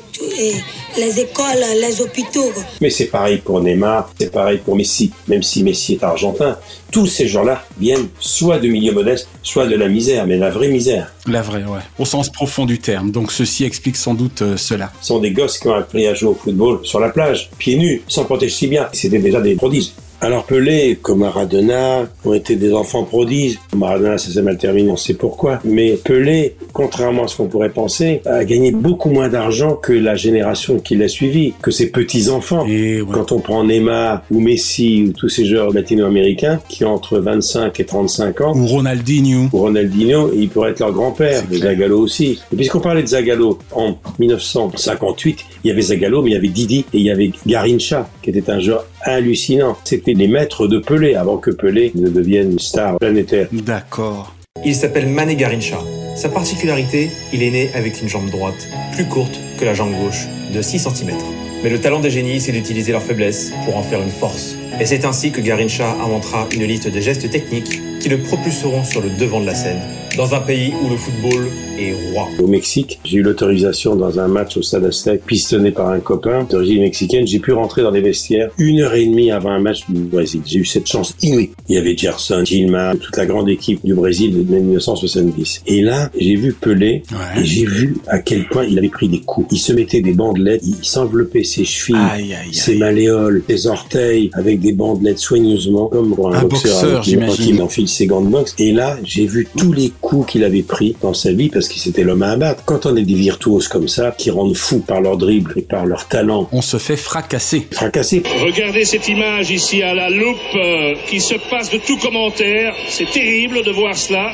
les écoles, les hôpitaux. Mais c'est pareil pour Neymar, c'est pareil pour Messi. Même si Messi est argentin, tous ces gens-là viennent soit de milieux modestes, soit de la misère, mais la vraie misère. La vraie, ouais. Au sens profond du terme. Donc ceci explique sans doute euh, cela. Ce sont des gosses qui ont appris à jouer au football sur la plage, pieds nus, sans protéger si bien. C'était déjà des prodiges. Alors Pelé, comme Maradona, ont été des enfants prodiges. Maradona, ça s'est mal terminé, on sait pourquoi. Mais Pelé, contrairement à ce qu'on pourrait penser, a gagné beaucoup moins d'argent que la génération qui l'a suivi, que ses petits-enfants. Et ouais. Quand on prend Neymar ou Messi ou tous ces joueurs latino-américains qui ont entre vingt-cinq et trente-cinq ans. Ou Ronaldinho. Ou Ronaldinho, il pourrait être leur grand-père. Zagallo aussi. Et puisqu'on parlait de Zagallo, en mille neuf cent cinquante-huit, il y avait Zagallo, mais il y avait Didi et il y avait Garrincha, qui était un joueur hallucinant. C'était les maîtres de Pelé avant que Pelé ne devienne une star planétaire. D'accord. Il s'appelle Mané Garrincha. Sa particularité, il est né avec une jambe droite, plus courte que la jambe gauche, de six centimètres. Mais le talent des génies, c'est d'utiliser leur faiblesse pour en faire une force. Et c'est ainsi que Garrincha inventera une liste de gestes techniques qui le propulseront sur le devant de la scène, dans un pays où le football est roi. Au Mexique, j'ai eu l'autorisation dans un match au Stade Aztec, pistonné par un copain d'origine mexicaine. J'ai pu rentrer dans les vestiaires une heure et demie avant un match du Brésil. J'ai eu cette chance inouïe. Il y avait Gerson, Gilmar, toute la grande équipe du Brésil de mille neuf cent soixante-dix. Et là, j'ai vu Pelé, ouais. Et j'ai vu à quel point il avait pris des coups. Il se mettait des bandelettes, il s'enveloppait ses chevilles, aïe, aïe, ses aïe. malléoles, ses orteils, avec des bandelettes soigneusement, comme pour un, un boxeur, boxeur j'imagine. Qui enfile ses gants de boxe. Et là, j'ai vu tous les coups qu'il avait pris dans sa vie parce que c'était l'homme à abattre. Quand on est des virtuoses comme ça, qui rendent fous par leur dribble et par leur talent, on se fait fracasser. Fracasser. Regardez cette image ici à la loupe euh, qui se passe de tout commentaire. C'est terrible de voir cela.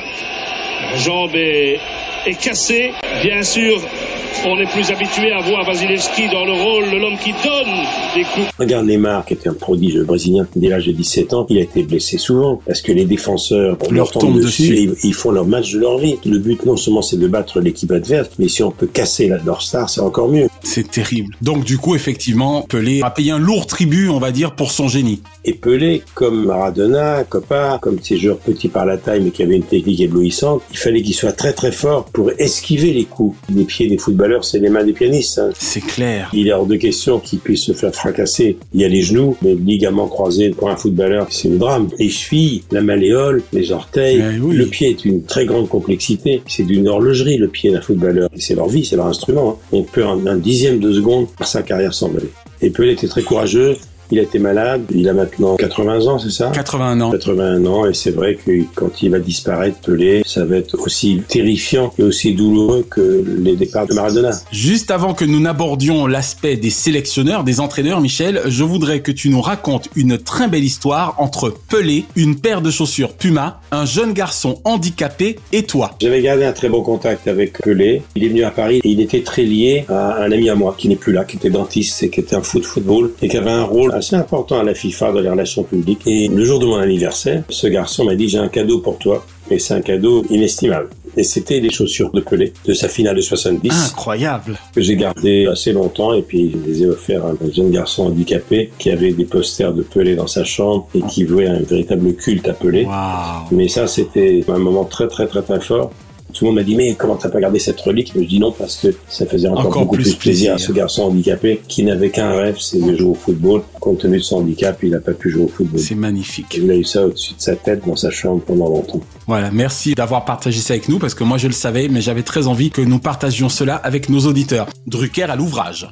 La jambe est, est cassée. Bien sûr, on est plus habitué à voir Vasilevski dans le rôle de l'homme qui donne des coups. Regarde Neymar, qui était un prodige brésilien dès l'âge de dix-sept ans, il a été blessé souvent parce que les défenseurs leur tombent dessus, dessus. Et ils font leur match de leur vie. Le but, non seulement c'est de battre l'équipe adverse, mais si on peut casser leur star, c'est encore mieux. C'est terrible. Donc du coup, effectivement, Pelé a payé un lourd tribut, on va dire, pour son génie. Et Pelé, comme Maradona, Copa, comme ces joueurs petits par la taille mais qui avaient une technique éblouissante, il fallait qu'il soit très très fort pour esquiver les coups des pieds des footballeurs footballeur, c'est les mains des pianistes. Hein. C'est clair. Il est hors de question qu'il puisse se faire fracasser. Il y a les genoux, mais le ligament croisé pour un footballeur, c'est le drame. Les chevilles, la malléole, les orteils, oui. Le pied est une très grande complexité. C'est d'une horlogerie, le pied d'un footballeur. C'est leur vie, c'est leur instrument. Hein. On peut en un dixième de seconde par sa carrière s'envoler. Et Pelé était très courageux. Il a été malade, il a maintenant quatre-vingts ans, c'est ça ? quatre-vingt-un ans. quatre-vingt-un ans, et c'est vrai que quand il va disparaître, Pelé, ça va être aussi terrifiant et aussi douloureux que les départs de Maradona. Juste avant que nous n'abordions l'aspect des sélectionneurs, des entraîneurs, Michel, je voudrais que tu nous racontes une très belle histoire entre Pelé, une paire de chaussures Puma, un jeune garçon handicapé et toi. J'avais gardé un très bon contact avec Pelé. Il est venu à Paris et il était très lié à un ami à moi qui n'est plus là, qui était dentiste et qui était un foot football et qui avait un rôle assez important à la FIFA dans les relations publiques. Et le jour de mon anniversaire, ce garçon m'a dit « J'ai un cadeau pour toi ». Et c'est un cadeau inestimable. Et c'était les chaussures de Pelé, de sa finale de soixante-dix. Incroyable. Que j'ai gardé assez longtemps et puis je les ai offerts à un jeune garçon handicapé qui avait des posters de Pelé dans sa chambre et qui vouait un véritable culte à Pelé. Wow. Mais ça, c'était un moment très très très très fort. Tout le monde m'a dit, mais comment t'as pas gardé cette relique? Je dis non, parce que ça faisait encore, encore beaucoup plus, plus plaisir à ce garçon handicapé qui n'avait qu'un rêve, c'est de jouer au football. Compte tenu de son handicap, il n'a pas pu jouer au football. C'est magnifique. Il a eu ça au-dessus de sa tête dans sa chambre pendant longtemps. Voilà, merci d'avoir partagé ça avec nous, parce que moi je le savais, mais j'avais très envie que nous partagions cela avec nos auditeurs. Drucker à l'ouvrage.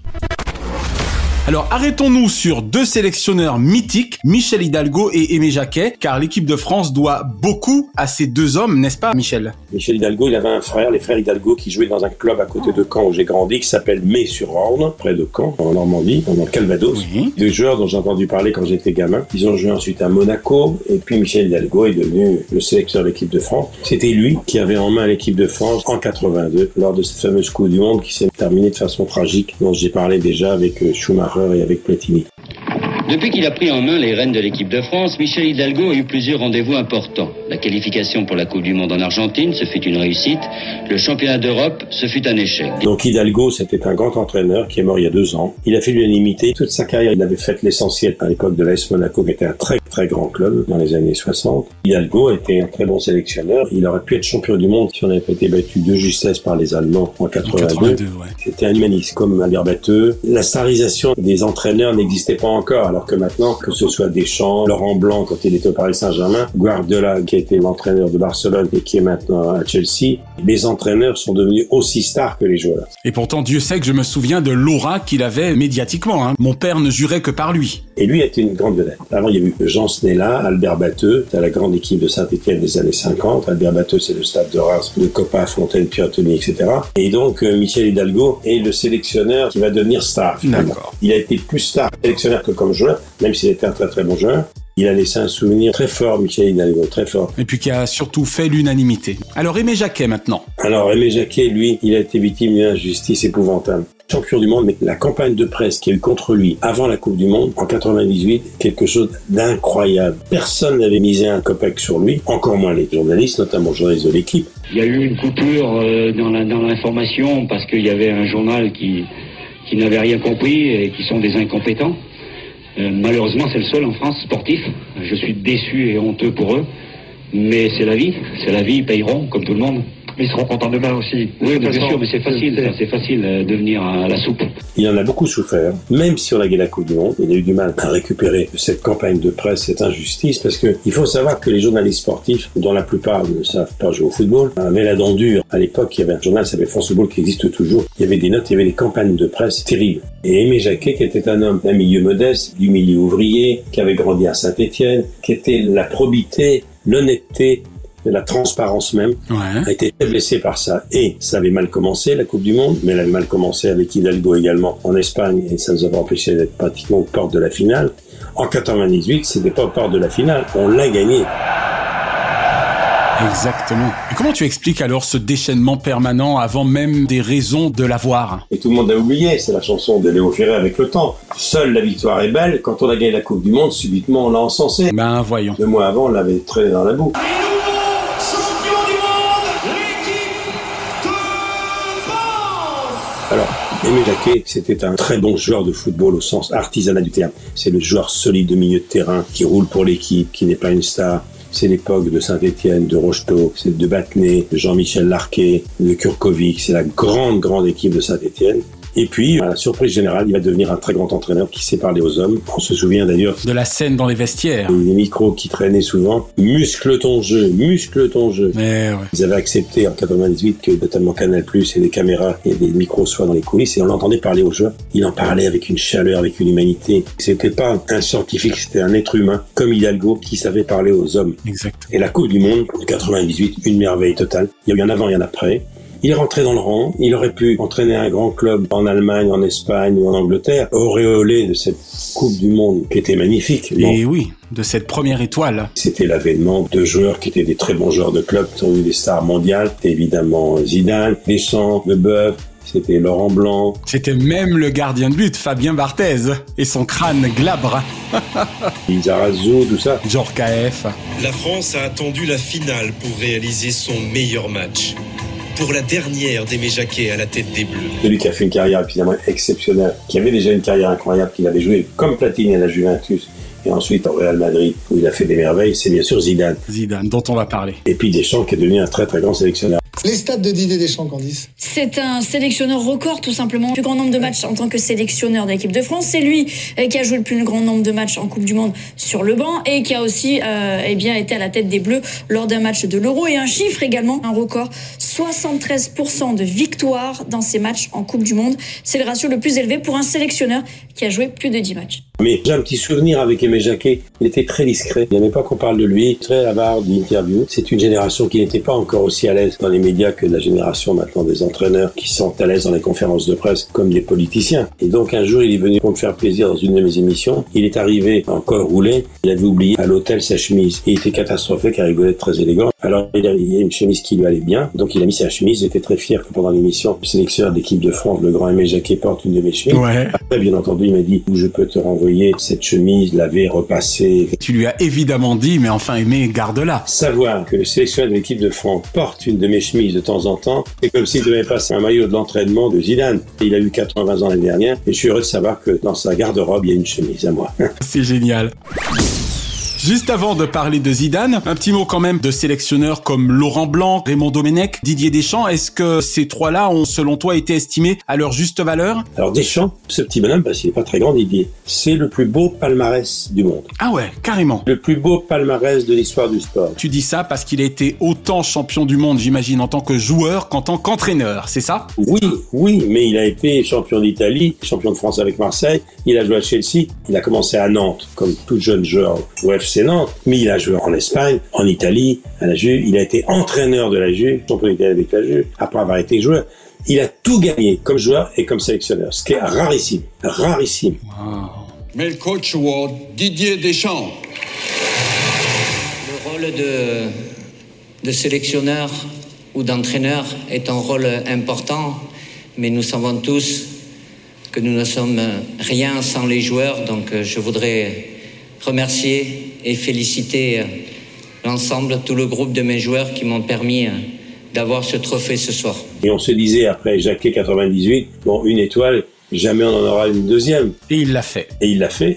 Alors arrêtons-nous sur deux sélectionneurs mythiques, Michel Hidalgo et Aimé Jacquet, car l'équipe de France doit beaucoup à ces deux hommes, n'est-ce pas Michel ? Michel Hidalgo, il avait un frère, les frères Hidalgo, qui jouaient dans un club à côté de Caen où j'ai grandi, qui s'appelle Mey-sur-Orne, près de Caen, en Normandie, dans le Calvados. Oui. Deux joueurs dont j'ai entendu parler quand j'étais gamin. Ils ont joué ensuite à Monaco, et puis Michel Hidalgo est devenu le sélectionneur de l'équipe de France. C'était lui qui avait en main l'équipe de France en quatre-vingt-deux, lors de cette fameuse Coupe du Monde qui s'est terminée de façon tragique, dont j'ai parlé déjà avec Schumacher et avec Platini. Depuis qu'il a pris en main les rênes de l'équipe de France, Michel Hidalgo a eu plusieurs rendez-vous importants. La qualification pour la Coupe du Monde en Argentine, ce fut une réussite. Le championnat d'Europe, ce fut un échec. Donc Hidalgo, c'était un grand entraîneur qui est mort il y a deux ans. Il a fait l'unanimité. Toute sa carrière, il avait fait l'essentiel à l'époque de l'A S Monaco, qui était un très très grand club dans les années soixante. Hidalgo était un très bon sélectionneur. Il aurait pu être champion du monde si on n'avait pas été battu de justesse par les Allemands en quatre-vingt-deux. quatre-vingt-deux ouais. C'était un humaniste, comme Albert Batteux. La starisation des entraîneurs n'existait pas encore, alors que maintenant, que ce soit Deschamps, Laurent Blanc quand il était au Paris Saint-Germain, Guardiola qui a été l'entraîneur de Barcelone et qui est maintenant à Chelsea, les entraîneurs sont devenus aussi stars que les joueurs. Et pourtant, Dieu sait que je me souviens de l'aura qu'il avait médiatiquement. Hein. Mon père ne jurait que par lui. Et lui était une grande vedette. Avant, il y a eu Jean Snella, Albert Batteux, c'était la grande équipe de Saint-Étienne des années cinquante. Albert Batteux, c'est le stade de Reims, de Copa, Fontaine, Pierre-Tony, et cetera. Et donc, euh, Michel Hidalgo est le sélectionneur qui va devenir star. D'accord. Il a été plus star sélectionneur que comme joueur, même s'il était un très très bon joueur. Il a laissé un souvenir très fort, Michel Hidalgo, très fort. Et puis qui a surtout fait l'unanimité. Alors Aimé Jacquet maintenant. Alors Aimé Jacquet, lui, il a été victime d'une injustice épouvantable. Champion du monde, mais la campagne de presse qu'il y a eu contre lui avant la Coupe du Monde, en quatre-vingt-dix-huit, quelque chose d'incroyable. Personne n'avait misé un copec sur lui, encore moins les journalistes, notamment les journalistes de l'équipe. Il y a eu une coupure euh, dans, la, dans l'information parce qu'il y avait un journal qui, qui n'avait rien compris et qui sont des incompétents. Euh, malheureusement, c'est le seul en France sportif. Je suis déçu et honteux pour eux, mais c'est la vie. C'est la vie, ils payeront comme tout le monde. Mais ils seront contents demain aussi. Oui, mais bien sûr, mais c'est facile, ça, c'est facile de venir à la soupe. Il en a beaucoup souffert, même si on a gagné la Coupe du Monde, il a eu du mal à récupérer cette campagne de presse, cette injustice, parce que il faut savoir que les journalistes sportifs, dont la plupart ne savent pas jouer au football, avaient la dent dure. À l'époque, il y avait un journal qui s'appelait France Football qui existe toujours. Il y avait des notes, il y avait des campagnes de presse terribles. Et Aimé Jacquet, qui était un homme d'un milieu modeste, du milieu ouvrier, qui avait grandi à Saint-Étienne, qui était la probité, l'honnêteté, de la transparence même, ouais. A été très blessé par ça. Et ça avait mal commencé, la Coupe du Monde, mais elle avait mal commencé avec Hidalgo également en Espagne, et ça nous avait empêché d'être pratiquement aux portes de la finale. En quatre-vingt-dix-huit, c'était pas aux portes de la finale, on l'a gagné. Exactement. Et comment tu expliques alors ce déchaînement permanent avant même des raisons de l'avoir ? Et tout le monde a oublié, c'est la chanson de Léo Ferré avec le temps. Seule la victoire est belle, quand on a gagné la Coupe du Monde, subitement on l'a encensé. Ben voyons. Deux mois avant, on l'avait traîné dans la boue. Alors, Aimé Jacquet, c'était un très bon joueur de football au sens artisanal du terme. C'est le joueur solide de milieu de terrain qui roule pour l'équipe, qui n'est pas une star, C'est l'époque de Saint-Étienne, de Rocheteau, c'est de Battenet, de Jean-Michel Larquet, de Kurkovic. C'est la grande, grande équipe de Saint-Étienne. Et puis, à la surprise générale, il va devenir un très grand entraîneur qui sait parler aux hommes. On se souvient d'ailleurs de la scène dans les vestiaires. Les micros qui traînaient souvent. Muscle ton jeu, muscle ton jeu. Mais ouais. Ils avaient accepté en quatre-vingt-dix-huit que notamment Canal plus, et des caméras et des micros soient dans les coulisses et on l'entendait parler aux joueurs. Il en parlait avec une chaleur, avec une humanité. C'était pas un scientifique, c'était un être humain comme Hidalgo qui savait parler aux hommes. Exact. Et la Coupe du Monde de quatre-vingt-dix-huit, une merveille totale. Il y a eu un avant et un après. Il est rentré dans le rang, il aurait pu entraîner un grand club en Allemagne, en Espagne ou en Angleterre, auréolé de cette Coupe du Monde qui était magnifique. Bon. Et oui, de cette première étoile. C'était l'avènement de joueurs qui étaient des très bons joueurs de club, qui sont des stars mondiales. C'était évidemment Zidane, Deschamps, Leboeuf, c'était Laurent Blanc. C'était même le gardien de but, Fabien Barthez, et son crâne glabre. Lizarazu, tout ça. Djorkaeff. La France a attendu la finale pour réaliser son meilleur match. Pour la dernière d'Aimé Jacquet à la tête des Bleus. Celui qui a fait une carrière évidemment exceptionnelle, qui avait déjà une carrière incroyable, qu'il avait joué comme Platini à la Juventus et ensuite au Real Madrid où il a fait des merveilles, c'est bien sûr Zidane. Zidane, dont on va parler. Et puis Deschamps qui est devenu un très très grand sélectionneur. Les stats de Didier Deschamps, Candice. C'est un sélectionneur record, tout simplement. Le plus grand nombre de matchs en tant que sélectionneur de l'équipe de France. C'est lui qui a joué le plus grand nombre de matchs en Coupe du Monde sur le banc et qui a aussi euh, eh bien, été à la tête des Bleus lors d'un match de l'Euro. Et un chiffre également, un record, soixante-treize pour cent de victoires dans ces matchs en Coupe du Monde. C'est le ratio le plus élevé pour un sélectionneur qui a joué plus de dix matchs. Mais j'ai un petit souvenir avec Aimé Jacquet. Il était très discret. Il n'aimait pas qu'on parle de lui, très avare d'interviews. C'est une génération qui n'était pas encore aussi à l'aise dans les médias que la génération maintenant des entraîneurs qui sont à l'aise dans les conférences de presse comme des politiciens. Et donc un jour, il est venu pour me faire plaisir dans une de mes émissions. Il est arrivé en col roulé. Il avait oublié à l'hôtel sa chemise. Et il était catastrophé car il voulait être très élégant. Alors il y a une chemise qui lui allait bien. Donc il a mis sa chemise. J'étais très fier que pendant l'émission, le sélectionneur d'équipe de France, le grand Aimé Jacquet, porte une de mes chemises. Ouais. Après, bien entendu, il m'a dit où je peux te renvoyer cette chemise, laver, repasser. Tu lui as évidemment dit, mais enfin Aimé, garde-la. Savoir que le sélectionneur de l'équipe de France porte une de mes chemises de temps en temps, c'est comme s'il devait passer un maillot de l'entraînement de Zidane. Il a eu quatre-vingts ans l'année dernière et je suis heureux de savoir que dans sa garde-robe, il y a une chemise à moi. C'est génial. Juste avant de parler de Zidane, un petit mot quand même de sélectionneurs comme Laurent Blanc, Raymond Domenech, Didier Deschamps. Est-ce que ces trois-là ont, selon toi, été estimés à leur juste valeur? Alors Deschamps, ce petit bonhomme, parce qu'il n'est pas très grand, Didier, c'est le plus beau palmarès du monde. Ah ouais, carrément. Le plus beau palmarès de l'histoire du sport. Tu dis ça parce qu'il a été autant champion du monde, j'imagine, en tant que joueur qu'en tant qu'entraîneur, c'est ça? Oui, oui, mais il a été champion d'Italie, champion de France avec Marseille, il a joué à Chelsea, il a commencé à Nantes, comme tout jeune joueur au F C Nantes, mais il a joué en Espagne, en Italie, à la Juve, il a été entraîneur de la Juve, champion d'Italie avec la Juve, après avoir été joueur. Il a tout gagné comme joueur et comme sélectionneur, ce qui est rarissime, rarissime. Wow. Mail Coach Award, Didier Deschamps. Le rôle de, de sélectionneur ou d'entraîneur est un rôle important, mais nous savons tous que nous ne sommes rien sans les joueurs, donc je voudrais remercier et féliciter l'ensemble, tout le groupe de mes joueurs qui m'ont permis d'avoir ce trophée ce soir. Et on se disait après Jacquet quatre-vingt-dix-huit, bon, une étoile, jamais on en aura une deuxième. Et il l'a fait. Et il l'a fait.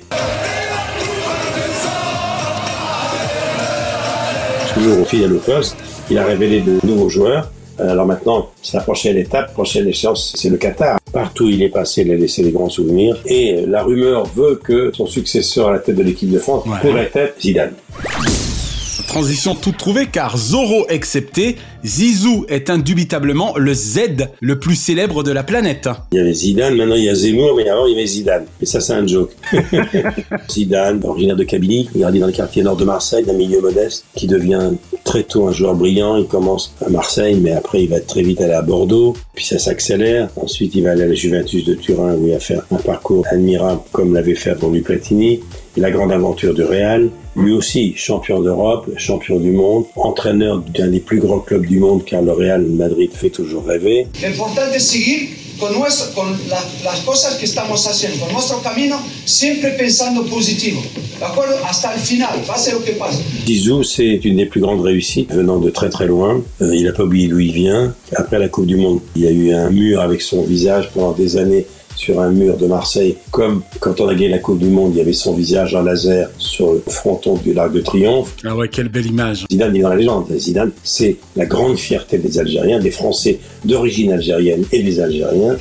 Toujours fidèle au poste, il a révélé de nouveaux joueurs. Alors maintenant, sa prochaine étape, prochaine échéance, c'est le Qatar. Partout où il est passé, il a laissé des grands souvenirs. Et la rumeur veut que son successeur à la tête de l'équipe de France ouais. pourrait être Zidane. Transition toute trouvée car Zorro excepté, Zizou est indubitablement le Z le plus célèbre de la planète. Il y avait Zidane, maintenant il y a Zemmour, mais avant il y avait Zidane. Et ça c'est un joke. Zidane, originaire de Kabylie, il grandit dans le quartier nord de Marseille, d'un milieu modeste, qui devient très tôt un joueur brillant. Il commence à Marseille, mais après il va très vite aller à Bordeaux, puis ça s'accélère. Ensuite il va aller à la Juventus de Turin où il va faire un parcours admirable comme l'avait fait pour lui Platini. Et la grande aventure du Real, lui aussi champion d'Europe, champion du monde, entraîneur d'un des plus grands clubs du monde car le Real Madrid fait toujours rêver. L'important est de seguir con, nuestro, con la, las cosas que estamos haciendo, con nuestro camino, siempre pensando positivo, d'accord, hasta el final, pase lo que pase. Zizou, c'est une des plus grandes réussites venant de très très loin. Euh, il n'a pas oublié d'où il vient. Après la Coupe du Monde, il y a eu un mur avec son visage pendant des années. sur un mur de Marseille, comme quand on a gagné la Coupe du Monde, il y avait son visage en laser sur le fronton du Arc de Triomphe. Ah ouais, quelle belle image. Zidane est dans la légende. Zidane, c'est la grande fierté des Algériens, des Français d'origine algérienne et des Algériens.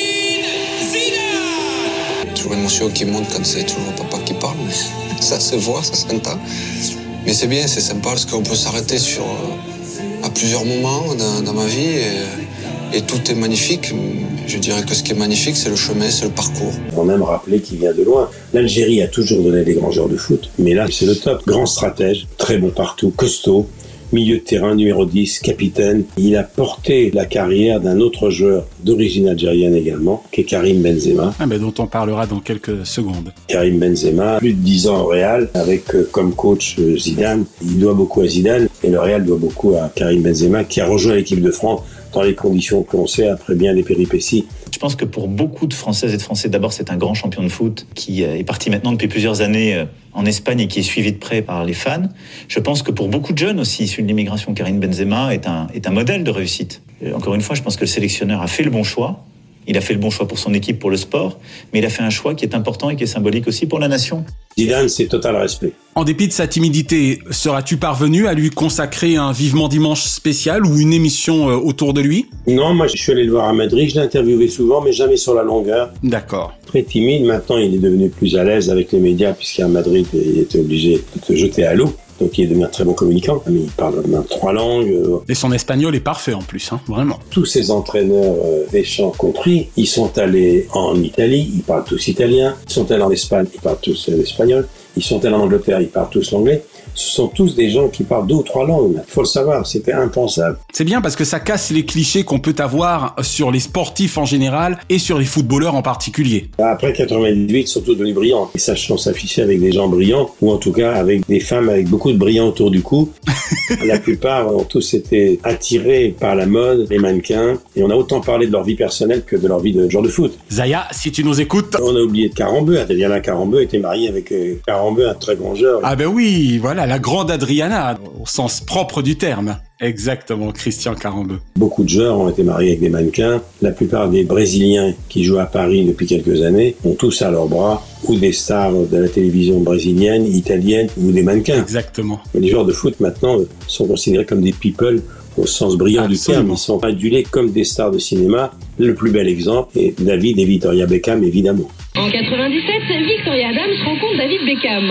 Toujours l'émotion qui monte quand c'est toujours papa qui parle, mais ça se voit, ça s'entend. Mais c'est bien, c'est sympa parce qu'on peut s'arrêter sur, euh, à plusieurs moments dans, dans ma vie et, et tout est magnifique. Je dirais que ce qui est magnifique, c'est le chemin, c'est le parcours. On aime rappeler qu'il vient de loin. L'Algérie a toujours donné des grands joueurs de foot, mais là, c'est le top. Grand stratège, très bon partout, costaud, milieu de terrain, numéro dix, capitaine. Il a porté la carrière d'un autre joueur d'origine algérienne également, qui est Karim Benzema. Ah ben, dont on parlera dans quelques secondes. Karim Benzema, plus de dix ans au Real, avec euh, comme coach euh, Zidane. Il doit beaucoup à Zidane, et le Real doit beaucoup à Karim Benzema, qui a rejoint l'équipe de France dans les conditions que l'on sait, après bien des péripéties. Je pense que pour beaucoup de Françaises et de Français, d'abord, c'est un grand champion de foot qui est parti maintenant depuis plusieurs années en Espagne et qui est suivi de près par les fans. Je pense que pour beaucoup de jeunes aussi issus de l'immigration, Karim Benzema est un, est un modèle de réussite. Encore une fois, je pense que le sélectionneur a fait le bon choix. Il a fait le bon choix pour son équipe, pour le sport, mais il a fait un choix qui est important et qui est symbolique aussi pour la nation. Zidane, c'est total respect. En dépit de sa timidité, seras-tu parvenu à lui consacrer un Vivement Dimanche spécial ou une émission autour de lui ? Non, moi je suis allé le voir à Madrid, je l'ai interviewé souvent, mais jamais sur la longueur. D'accord. Très timide, maintenant il est devenu plus à l'aise avec les médias, puisqu'à Madrid, il était obligé de te jeter à l'eau. Donc il est devenu un très bon communicant, mais il parle maintenant trois langues. Et son espagnol est parfait en plus, hein, vraiment. Tous ces entraîneurs, euh, Deschamps compris, ils sont allés en Italie, ils parlent tous italien. Ils sont allés en Espagne, ils parlent tous l'espagnol. Ils sont allés en Angleterre, ils parlent tous l'anglais. Ce sont tous des gens qui parlent deux ou trois langues. Il faut le savoir, c'était impensable. C'est bien parce que ça casse les clichés qu'on peut avoir sur les sportifs en général et sur les footballeurs en particulier. Après quatre-vingt-dix-huit, ils sont tous devenus brillants. Ils sachent s'afficher avec des gens brillants, ou en tout cas avec des femmes avec beaucoup de brillants autour du cou. La plupart ont tous été attirés par la mode, les mannequins, et on a autant parlé de leur vie personnelle que de leur vie de joueur de foot. Zaya, si tu nous écoutes... On a oublié de Carambeu. Adriana Carambeu était mariée avec euh, Carambeu, un très grand joueur. Ah ben oui, voilà, la grande Adriana, au sens propre du terme. Exactement, Christian Carambeu. Beaucoup de joueurs ont été mariés avec des mannequins. La plupart des Brésiliens qui jouent à Paris depuis quelques années ont tous à leurs bras ou des stars de la télévision brésilienne, italienne ou des mannequins. Exactement. Mais les joueurs de foot maintenant sont considérés comme des people au sens brillant Absolument. du terme. Ils sont adulés comme des stars de cinéma. Le plus bel exemple est David et Victoria Beckham, évidemment. En quatre-vingt-dix-sept, Victoria Adams rencontre David Beckham.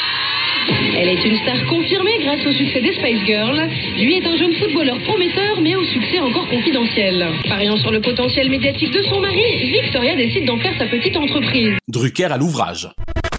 Elle est une star confirmée grâce au succès des Spice Girls. Lui est un jeune footballeur prometteur, mais au succès encore confidentiel. Pariant sur le potentiel médiatique de son mari, Victoria décide d'en faire sa petite entreprise. Drucker à l'ouvrage.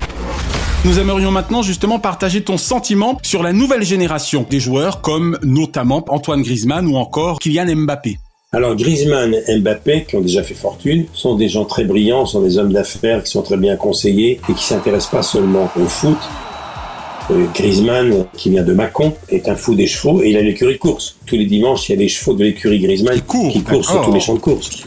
Nous aimerions maintenant justement partager ton sentiment sur la nouvelle génération des joueurs comme notamment Antoine Griezmann ou encore Kylian Mbappé. Alors Griezmann et Mbappé, qui ont déjà fait fortune, sont des gens très brillants, sont des hommes d'affaires qui sont très bien conseillés et qui s'intéressent pas seulement au foot. Euh, Griezmann, qui vient de Mâcon, est un fou des chevaux et il a l'écurie de course. Tous les dimanches, il y a des chevaux de l'écurie Griezmann court, qui courent sur tous les champs de course.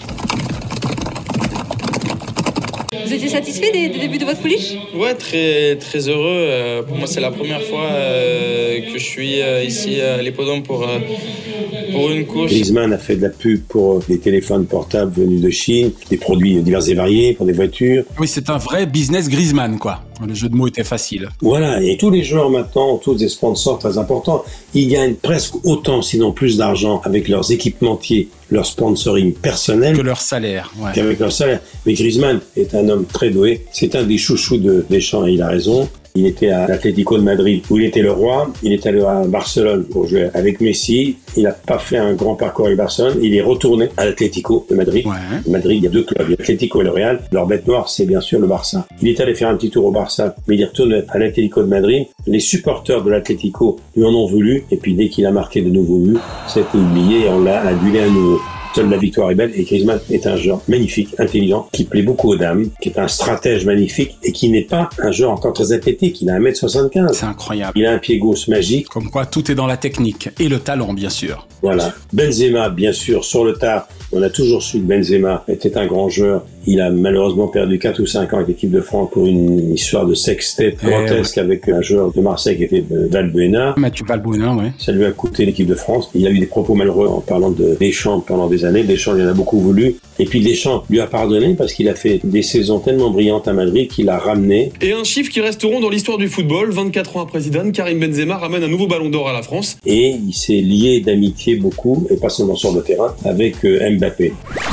Vous étiez satisfait des, des débuts de votre pouliche ? Ouais, très, très heureux. Euh, pour moi, c'est la première fois euh, que je suis euh, ici à l'hippodrome pour, euh, pour une course. Griezmann a fait de la pub pour des téléphones portables venus de Chine, des produits divers et variés pour des voitures. Oui, c'est un vrai business Griezmann, quoi. Le jeu de mots était facile. Voilà, et tous les joueurs maintenant ont tous des sponsors très importants. Ils gagnent presque autant, sinon plus d'argent avec leurs équipementiers, leur sponsoring personnel. Que leur salaire, ouais. Qu'avec leur salaire. Mais Griezmann est un homme très doué. C'est un des chouchous de Deschamps et il a raison. Il était à l'Atlético de Madrid où il était le roi. Il est allé à Barcelone pour jouer avec Messi. Il n'a pas fait un grand parcours avec Barcelone. Il est retourné à l'Atlético de Madrid. Ouais. Madrid, il y a deux clubs, l'Atlético et le Real. Leur bête noire, c'est bien sûr le Barça. Il est allé faire un petit tour au Barça, mais il est retourné à l'Atlético de Madrid. Les supporters de l'Atlético lui en ont voulu. Et puis dès qu'il a marqué de nouveaux buts, c'était oublié et on l'a adulé à nouveau. Seule la victoire est belle et Griezmann est un joueur magnifique, intelligent, qui plaît beaucoup aux dames, qui est un stratège magnifique et qui n'est pas un joueur encore très athlétique. Il a un mètre soixante-quinze. C'est incroyable. Il a un pied gauche magique. Comme quoi, tout est dans la technique et le talent, bien sûr. Voilà. Benzema, bien sûr, sur le tard, on a toujours su que Benzema était un grand joueur. Il a malheureusement perdu quatre ou cinq ans avec l'équipe de France pour une histoire de sextet grotesque ouais. avec un joueur de Marseille qui était Valbuena. Mathieu Valbuena, oui. Ça lui a coûté l'équipe de France. Il a eu des propos malheureux en parlant de Deschamps pendant des années. Deschamps, il en a beaucoup voulu. Et puis Deschamps lui a pardonné parce qu'il a fait des saisons tellement brillantes à Madrid qu'il a ramené. Et un chiffre qui resteront dans l'histoire du football. vingt-quatre ans après Zidane, Karim Benzema ramène un nouveau ballon d'or à la France. Et il s'est lié d'amitié beaucoup, et pas seulement sur le terrain, avec euh, Mbappé.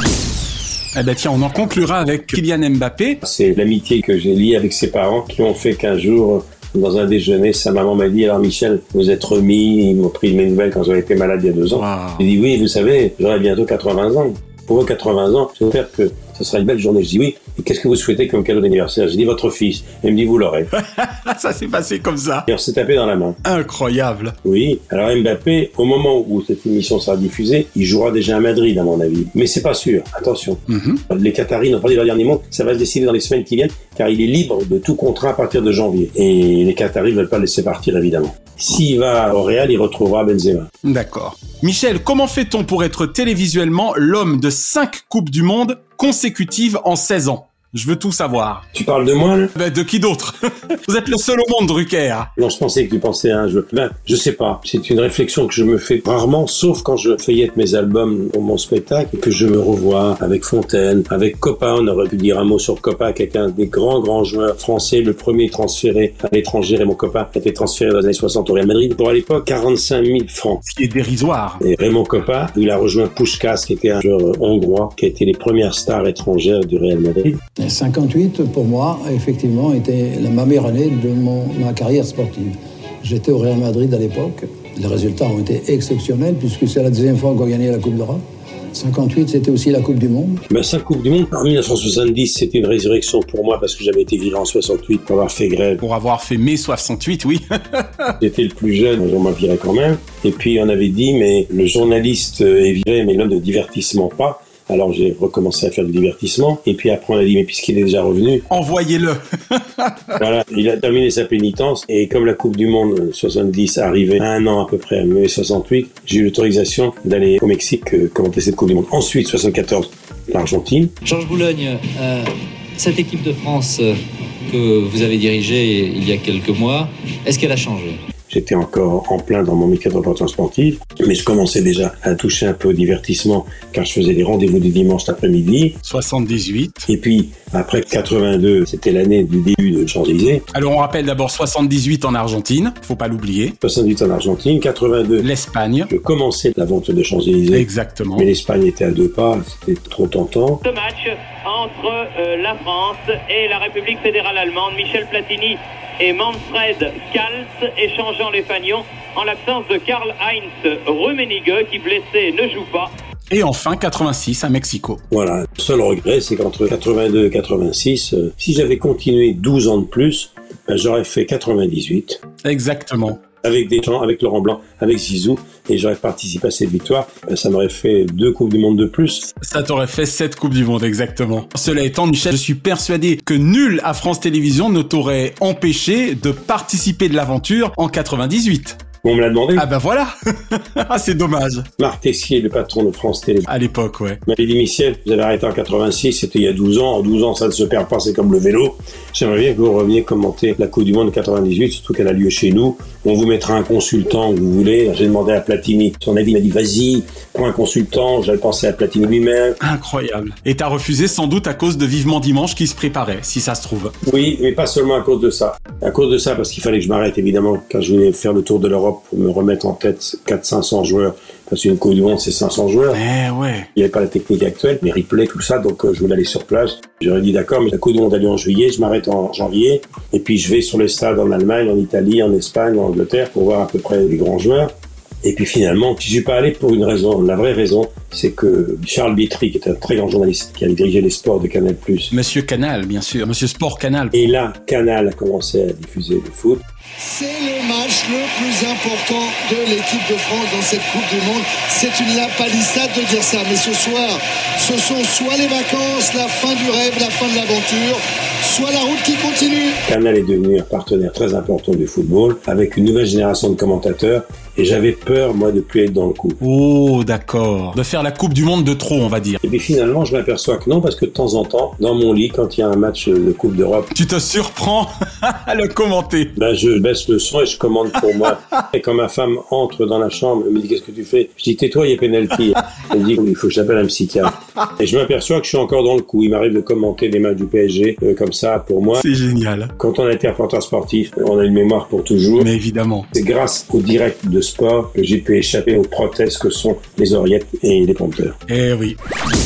Eh ben tiens, on en conclura avec Kylian Mbappé. C'est l'amitié que j'ai liée avec ses parents qui ont fait qu'un jour, dans un déjeuner, sa maman m'a dit « Alors Michel, vous êtes remis ?» Ils m'ont pris mes nouvelles quand j'avais été malade il y a deux ans. Wow. J'ai dit « Oui, vous savez, j'aurai bientôt quatre-vingts ans. Pour vos quatre-vingts ans, j'espère que ce sera une belle journée. » Je dis « Oui. Et qu'est-ce que vous souhaitez comme cadeau d'anniversaire ?» J'ai dit « Votre fils. » Elle me dit « Vous l'aurez. » Ça s'est passé comme ça. Et on s'est tapé dans la main. Incroyable. Oui. Alors Mbappé, au moment où cette émission sera diffusée, il jouera déjà à Madrid, à mon avis. Mais c'est pas sûr. Attention. Mm-hmm. Les Qataris n'ont pas dit leur dernier mot. Ça va se décider dans les semaines qui viennent, car il est libre de tout contrat à partir de janvier. Et les Qataris ne veulent pas le laisser partir, évidemment. S'il va au Real, il retrouvera Benzema. D'accord. Michel, comment fait-on pour être télévisuellement l'homme de cinq Coupes du Monde consécutives en seize ans ? Je veux tout savoir. Tu parles de moi, là ? Ben, de qui d'autre ? Vous êtes le seul au monde, Drucker. Non, je pensais que tu pensais à un jeu. Ben, je sais pas. C'est une réflexion que je me fais rarement, sauf quand je feuillette mes albums pour mon spectacle et que je me revois avec Fontaine, avec Coppa. On aurait pu dire un mot sur Coppa, qui est un des grands, grands joueurs français, le premier transféré à l'étranger. Raymond Coppa a été transféré dans les années soixante au Real Madrid pour, à l'époque, quarante-cinq mille francs. Ce qui est dérisoire. Et Raymond Coppa, il a rejoint Puskás, qui était un joueur hongrois, qui a été les premières stars étrangères du Real Madrid. cinquante-huit, pour moi, effectivement, était la, ma meilleure année de mon, ma carrière sportive. J'étais au Real Madrid à l'époque. Les résultats ont été exceptionnels, puisque c'est la deuxième fois qu'on gagnait la Coupe d'Europe. cinquante-huit, c'était aussi la Coupe du Monde. Ben, cinq Coupes du Monde. En dix-neuf cent soixante-dix, c'était une résurrection pour moi, parce que j'avais été viré en soixante-huit pour avoir fait grève. Pour avoir fait mai soixante-huit, oui. J'étais le plus jeune, on m'a viré quand même. Et puis, on avait dit, mais le journaliste est viré, mais l'homme de divertissement pas. Alors j'ai recommencé à faire du divertissement. Et puis après on a dit, mais puisqu'il est déjà revenu... Envoyez-le. Voilà, il a terminé sa pénitence. Et comme la Coupe du Monde soixante-dix arrivait à un an à peu près, à mai soixante-huit, j'ai eu l'autorisation d'aller au Mexique euh, commenter cette Coupe du Monde. Ensuite, soixante-quatorze, l'Argentine. Georges Boulogne, euh, cette équipe de France euh, que vous avez dirigée il y a quelques mois, est-ce qu'elle a changé ? J'étais encore en plein dans mon métier de reporter sportif, mais je commençais déjà à toucher un peu au divertissement, car je faisais des rendez-vous du dimanche l'après-midi. soixante-dix-huit. Et puis, après quatre-vingt-deux, c'était l'année du début de Champs-Élysées. Alors, on rappelle d'abord soixante-dix-huit en Argentine, faut pas l'oublier. soixante-dix en Argentine, quatre-vingt-deux. L'Espagne. Je commençais l'aventure de Champs-Élysées. Exactement. Mais l'Espagne était à deux pas, c'était trop tentant. Ce match entre euh, la France et la République fédérale allemande, Michel Platini et Manfred Kals échangeant les fanions en l'absence de Karl-Heinz Rummenigge qui blessé ne joue pas. Et enfin quatre-vingt-six à Mexico. Voilà, le seul regret c'est qu'entre quatre-vingt-deux et quatre-vingt-six, euh, si j'avais continué douze ans de plus, ben, j'aurais fait quatre-vingt-dix-huit. Exactement. Avec Deschamps, avec Laurent Blanc, avec Zizou, et j'aurais participé à cette victoire. Ça m'aurait fait deux Coupes du Monde de plus. Ça t'aurait fait sept Coupes du Monde, exactement. Cela étant, Michel, je suis persuadé que nul à France Télévisions ne t'aurait empêché de participer de l'aventure en quatre-vingt-dix-huit. On me l'a demandé. Ah ben voilà. Ah, c'est dommage. Marc Tessier, le patron de France Télé. À l'époque, ouais. M'avait dit, Michel, vous avez arrêté en quatre-vingt-six, c'était il y a douze ans. En douze ans, ça ne se perd pas, c'est comme le vélo. J'aimerais bien que vous reveniez commenter la Coupe du Monde de quatre-vingt-dix-huit, surtout qu'elle a lieu chez nous. On vous mettra un consultant que vous voulez. J'ai demandé à Platini son avis, il m'a dit, vas-y, prends un consultant. J'avais pensé à Platini lui-même. Incroyable. Et t'as refusé sans doute à cause de Vivement Dimanche qui se préparait, si ça se trouve. Oui, mais pas seulement à cause de ça. À cause de ça, parce qu'il fallait que je m'arrête, évidemment, quand je voulais faire le tour de l'Europe pour me remettre en tête quatre cents à cinq cents joueurs, parce qu'une Coupe du Monde, c'est cinq cents joueurs. Eh ouais. Il n'y avait pas la technique actuelle, les replays, tout ça, donc euh, je voulais aller sur place. J'aurais dit d'accord, mais la Coupe du Monde a lieu en juillet, je m'arrête en janvier, et puis je vais sur les stades en Allemagne, en Italie, en Espagne, en Angleterre, pour voir à peu près les grands joueurs. Et puis finalement, je suis pas allé pour une raison. La vraie raison, c'est que Charles Bitry, qui est un très grand journaliste, qui avait dirigé les sports de Canal+. Monsieur Canal, bien sûr. Monsieur Sport Canal. Et là, Canal a commencé à diffuser le foot. C'est le match le plus important de l'équipe de France dans cette Coupe du Monde. C'est une lapalissade de dire ça. Mais ce soir, ce sont soit les vacances, la fin du rêve, la fin de l'aventure, soit la route qui continue. Canal est devenu un partenaire très important du football, avec une nouvelle génération de commentateurs. Et j'avais peur, moi, de plus être dans le coup. Oh, d'accord. De faire la Coupe du Monde de trop, on va dire. Et puis finalement, je m'aperçois que non, parce que de temps en temps, dans mon lit, quand il y a un match de Coupe d'Europe... Tu te surprends à le commenter. Ben, je baisse le son et je commande pour moi. Et quand ma femme entre dans la chambre, elle me dit « Qu'est-ce que tu fais ?» Je dis « Tais-toi, il y a pénalty. » Elle me dit « Il faut que j'appelle un psychiatre. » Et je m'aperçois que je suis encore dans le coup. Il m'arrive de commenter des matchs du P S G, euh, comme ça, pour moi. C'est génial. Quand on a été reporter sportif, on a une mémoire pour toujours. Mais évidemment. C'est grâce au direct de sport que j'ai pu échapper aux prothèses que sont les oreillettes et les prompteurs. Eh oui.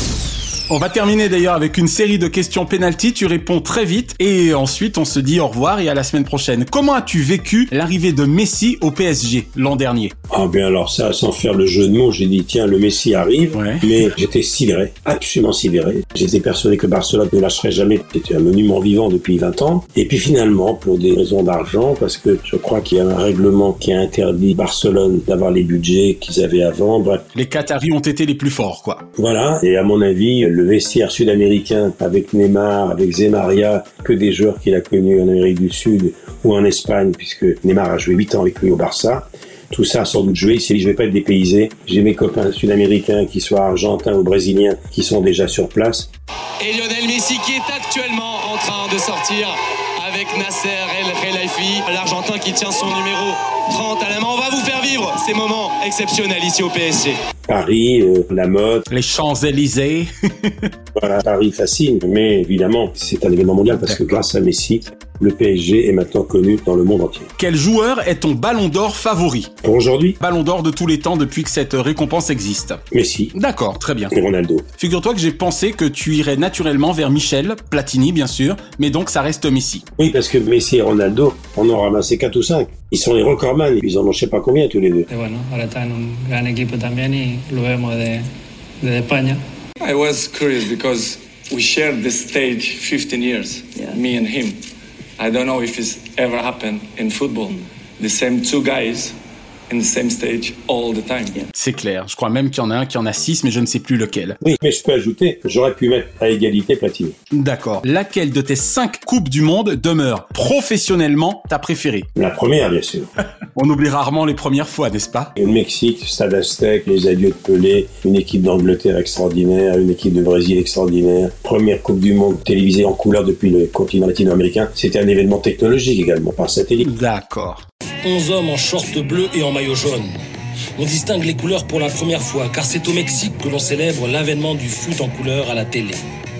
On va terminer d'ailleurs avec une série de questions penalty. Tu réponds très vite et ensuite on se dit au revoir et à la semaine prochaine. Comment as-tu vécu l'arrivée de Messi au P S G l'an dernier? Ah bien alors ça, sans faire le jeu de mots, j'ai dit tiens, le Messi arrive, ouais. Mais j'étais sidéré, absolument sidéré. J'étais persuadé que Barcelone ne lâcherait jamais. C'était un monument vivant depuis vingt ans. Et puis finalement, pour des raisons d'argent, parce que je crois qu'il y a un règlement qui a interdit Barcelone d'avoir les budgets qu'ils avaient avant. Bref. Les Qataris ont été les plus forts, quoi. Voilà, et à mon avis, le vestiaire sud-américain avec Neymar, avec Zemaria, que des joueurs qu'il a connus en Amérique du Sud ou en Espagne, puisque Neymar a joué huit ans avec lui au Barça. Tout ça a sans doute joué. Il s'est dit, je vais pas être dépaysé. J'ai mes copains sud-américains, qui soient argentins ou brésiliens, qui sont déjà sur place. Et Lionel Messi qui est actuellement en train de sortir avec Nasser El Khelaifi, l'Argentin qui tient son numéro trente à la main. On va vous faire vivre ces moments exceptionnels ici au P S G. Paris, euh, la mode. Les Champs-Élysées. Voilà, Paris fascine. Mais évidemment, c'est un événement mondial parce que grâce à Messi, le P S G est maintenant connu dans le monde entier. Quel joueur est ton ballon d'or favori? Pour aujourd'hui? Ballon d'or de tous les temps depuis que cette récompense existe. Messi. D'accord, très bien. Et Ronaldo. Figure-toi que j'ai pensé que tu irais naturellement vers Michel, Platini bien sûr, mais donc ça reste Messi. Oui, parce que Messi et Ronaldo en ont ramassé quatre ou cinq. Ils sont les recordman, ils en ont je sais pas combien tous les deux. Et bueno, ahora está en un gran equipo también y lo vemos de, de España. I was curious because we shared this stage fifteen years, yeah. Me and him. I don't know if it's ever happened in football. The same two guys in the same stage all the time. Yeah. C'est clair. Je crois même qu'il y en a un qui en a six, mais je ne sais plus lequel. Oui, mais je peux ajouter que j'aurais pu mettre à égalité Platini. D'accord. Laquelle de tes cinq Coupes du Monde demeure professionnellement ta préférée? La première, bien sûr. On oublie rarement les premières fois, n'est-ce pas? Le Mexique, Stade Aztec, les adieux de Pelé, une équipe d'Angleterre extraordinaire, une équipe de Brésil extraordinaire. Première Coupe du Monde télévisée en couleur depuis le continent latino-américain. C'était un événement technologique également, par satellite. D'accord. onze hommes en short bleu et en maillot jaune. On distingue les couleurs pour la première fois, car c'est au Mexique que l'on célèbre l'avènement du foot en couleur à la télé.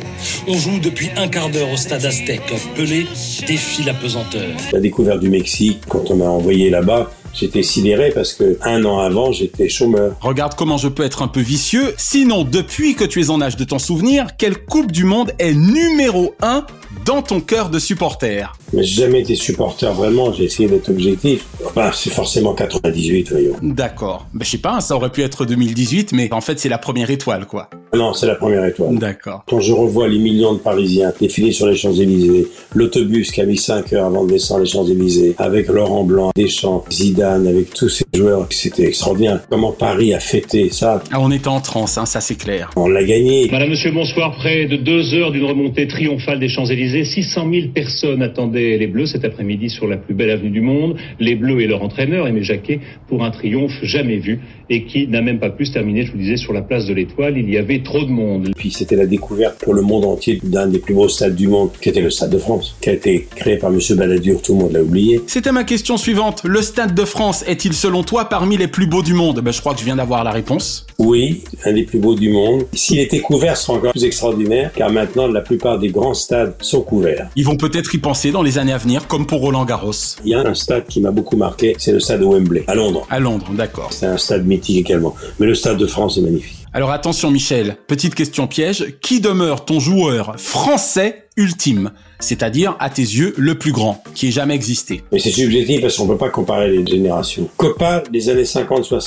On joue depuis un quart d'heure au Stade Aztec. Pelé défie la pesanteur. La découverte du Mexique, quand on m'a envoyé là-bas, j'étais sidéré parce que un an avant, j'étais chômeur. Regarde comment je peux être un peu vicieux. Sinon, depuis que tu es en âge de t'en souvenir, quelle Coupe du Monde est numéro un dans ton cœur de supporter? Mais j'ai jamais été supporter vraiment, j'ai essayé d'être objectif. Enfin, c'est forcément quatre-vingt-dix-huit, voyons. D'accord. Ben, je sais pas, ça aurait pu être deux mille dix-huit, mais en fait, c'est la première étoile, quoi. Non, c'est la première étoile. D'accord. Quand je revois les millions de Parisiens défiler sur les Champs-Élysées, l'autobus qui a mis cinq heures avant de descendre les Champs-Élysées, avec Laurent Blanc, Deschamps, Zidane, avec tous ces joueurs, c'était extraordinaire. Comment Paris a fêté ça? Ah, on était en transe, hein, ça c'est clair. On l'a gagné. Madame, monsieur, bonsoir. Près de deux heures d'une remontée triomphale des Champs-Élysées, six cent mille personnes attendaient les Bleus cet après-midi sur la plus belle avenue du monde. Les Bleus et leur entraîneur, Aimé Jacquet, pour un triomphe jamais vu et qui n'a même pas pu se terminer, je vous disais, sur la place de l'Étoile. Il y avait trop de monde. Puis c'était la découverte pour le monde entier d'un des plus beaux stades du monde, qui était le Stade de France, qui a été créé par Monsieur Balladur, tout le monde l'a oublié. C'était ma question suivante. Le Stade de France est-il selon toi parmi les plus beaux du monde? Ben, je crois que je viens d'avoir la réponse. Oui, un des plus beaux du monde. S'il était couvert, ce serait encore plus extraordinaire, car maintenant la plupart des grands stades sont couverts. Ils vont peut-être y penser dans les années à venir, comme pour Roland Garros. Il y a un stade qui m'a beaucoup marqué, c'est le stade de Wembley, à Londres. À Londres, d'accord. C'est un stade mythique également. Mais le Stade de France est magnifique. Alors attention Michel, petite question piège, qui demeure ton joueur français ultime? C'est-à-dire, à tes yeux, le plus grand, qui ait jamais existé. Mais c'est subjectif parce qu'on peut pas comparer les générations. Copa des années cinquante soixante,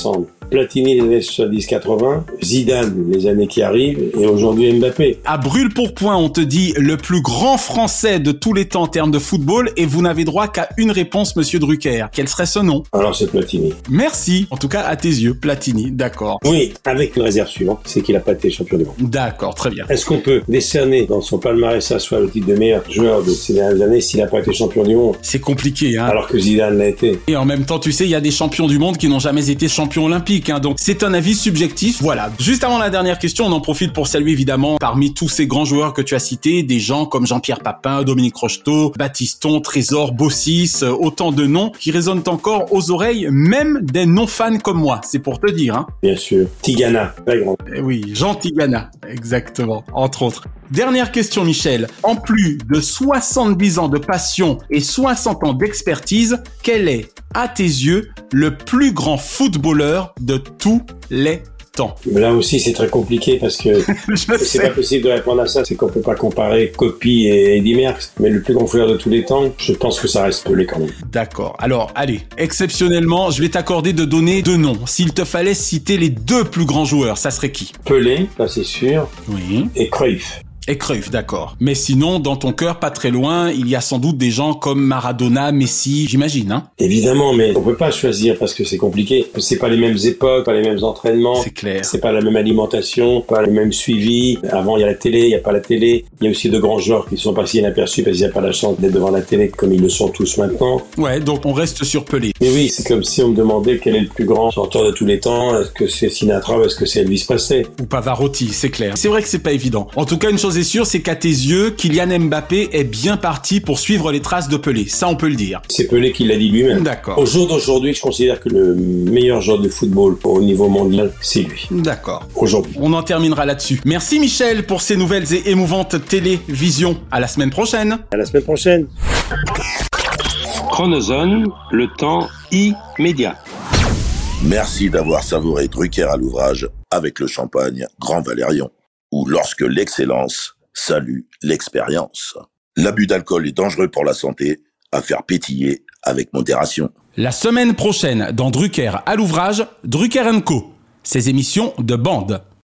Platini les années soixante-dix quatre-vingts, Zidane les années qui arrivent, et aujourd'hui Mbappé. À brûle pour point, on te dit le plus grand Français de tous les temps en termes de football, et vous n'avez droit qu'à une réponse, monsieur Drucker. Quel serait ce nom? Alors c'est Platini. Merci. En tout cas, à tes yeux, Platini, d'accord. Oui, avec une réserve suivante, c'est qu'il n'a pas été champion du monde. D'accord, très bien. Est-ce qu'on peut décerner dans son palmarès à soi le titre de meilleur joueur de ces dernières années s'il n'a pas été champion du monde? C'est compliqué, hein. Alors que Zidane l'a été. Et en même temps, tu sais, il y a des champions du monde qui n'ont jamais été champions olympiques, hein, donc c'est un avis subjectif. Voilà. Juste avant la dernière question, on en profite pour saluer évidemment parmi tous ces grands joueurs que tu as cités, des gens comme Jean-Pierre Papin, Dominique Rocheteau, Baptiston, Trésor, Bossis, autant de noms qui résonnent encore aux oreilles, même des non-fans comme moi. C'est pour te dire, hein. Bien sûr. Tigana, très grand. Eh oui, Jean Tigana, exactement, entre autres. Dernière question, Michel. En plus de soixante-dix ans de passion et soixante ans d'expertise, quel est, à tes yeux, le plus grand footballeur de tous les temps? Là aussi, c'est très compliqué parce que c'est pas possible de répondre à ça. C'est qu'on peut pas comparer Coppi et Eddy Merckx. Mais le plus grand footballeur de tous les temps, je pense que ça reste Pelé quand même. D'accord. Alors, allez. Exceptionnellement, je vais t'accorder de donner deux noms. S'il te fallait citer les deux plus grands joueurs, ça serait qui? Pelé, ça c'est sûr. Oui. Et Cruyff. Et Cruyff, d'accord. Mais sinon, dans ton cœur, pas très loin, il y a sans doute des gens comme Maradona, Messi, j'imagine, hein? Évidemment, mais on peut pas choisir parce que c'est compliqué. C'est pas les mêmes époques, pas les mêmes entraînements. C'est clair. C'est pas la même alimentation, pas le même suivi. Avant, il y a la télé, il y a pas la télé. Il y a aussi de grands joueurs qui sont passés inaperçus parce qu'il n'y a pas la chance d'être devant la télé comme ils le sont tous maintenant. Ouais, donc on reste sur Pelé. Mais oui, c'est comme si on me demandait quel est le plus grand chanteur de tous les temps. Est-ce que c'est Sinatra ou est-ce que c'est Elvis Presley? Ou Pavarotti, c'est clair. C'est vrai que c'est pas évident. En tout cas, une chose est sûre, c'est qu'à tes yeux, Kylian Mbappé est bien parti pour suivre les traces de Pelé. Ça, on peut le dire. C'est Pelé qui l'a dit lui-même. D'accord. Au jour d'aujourd'hui, je considère que le meilleur joueur de football au niveau mondial, c'est lui. D'accord. Aujourd'hui. On en terminera là-dessus. Merci Michel pour ces nouvelles et émouvantes télévisions. À la semaine prochaine. À la semaine prochaine. Chronozone, le temps immédiat. Merci d'avoir savouré Drucker à l'ouvrage avec le champagne Grand Valérion, ou lorsque l'excellence salue l'expérience. L'abus d'alcool est dangereux pour la santé, à faire pétiller avec modération. La semaine prochaine, dans Drucker à l'ouvrage, Drucker and Co. Ces émissions de bande.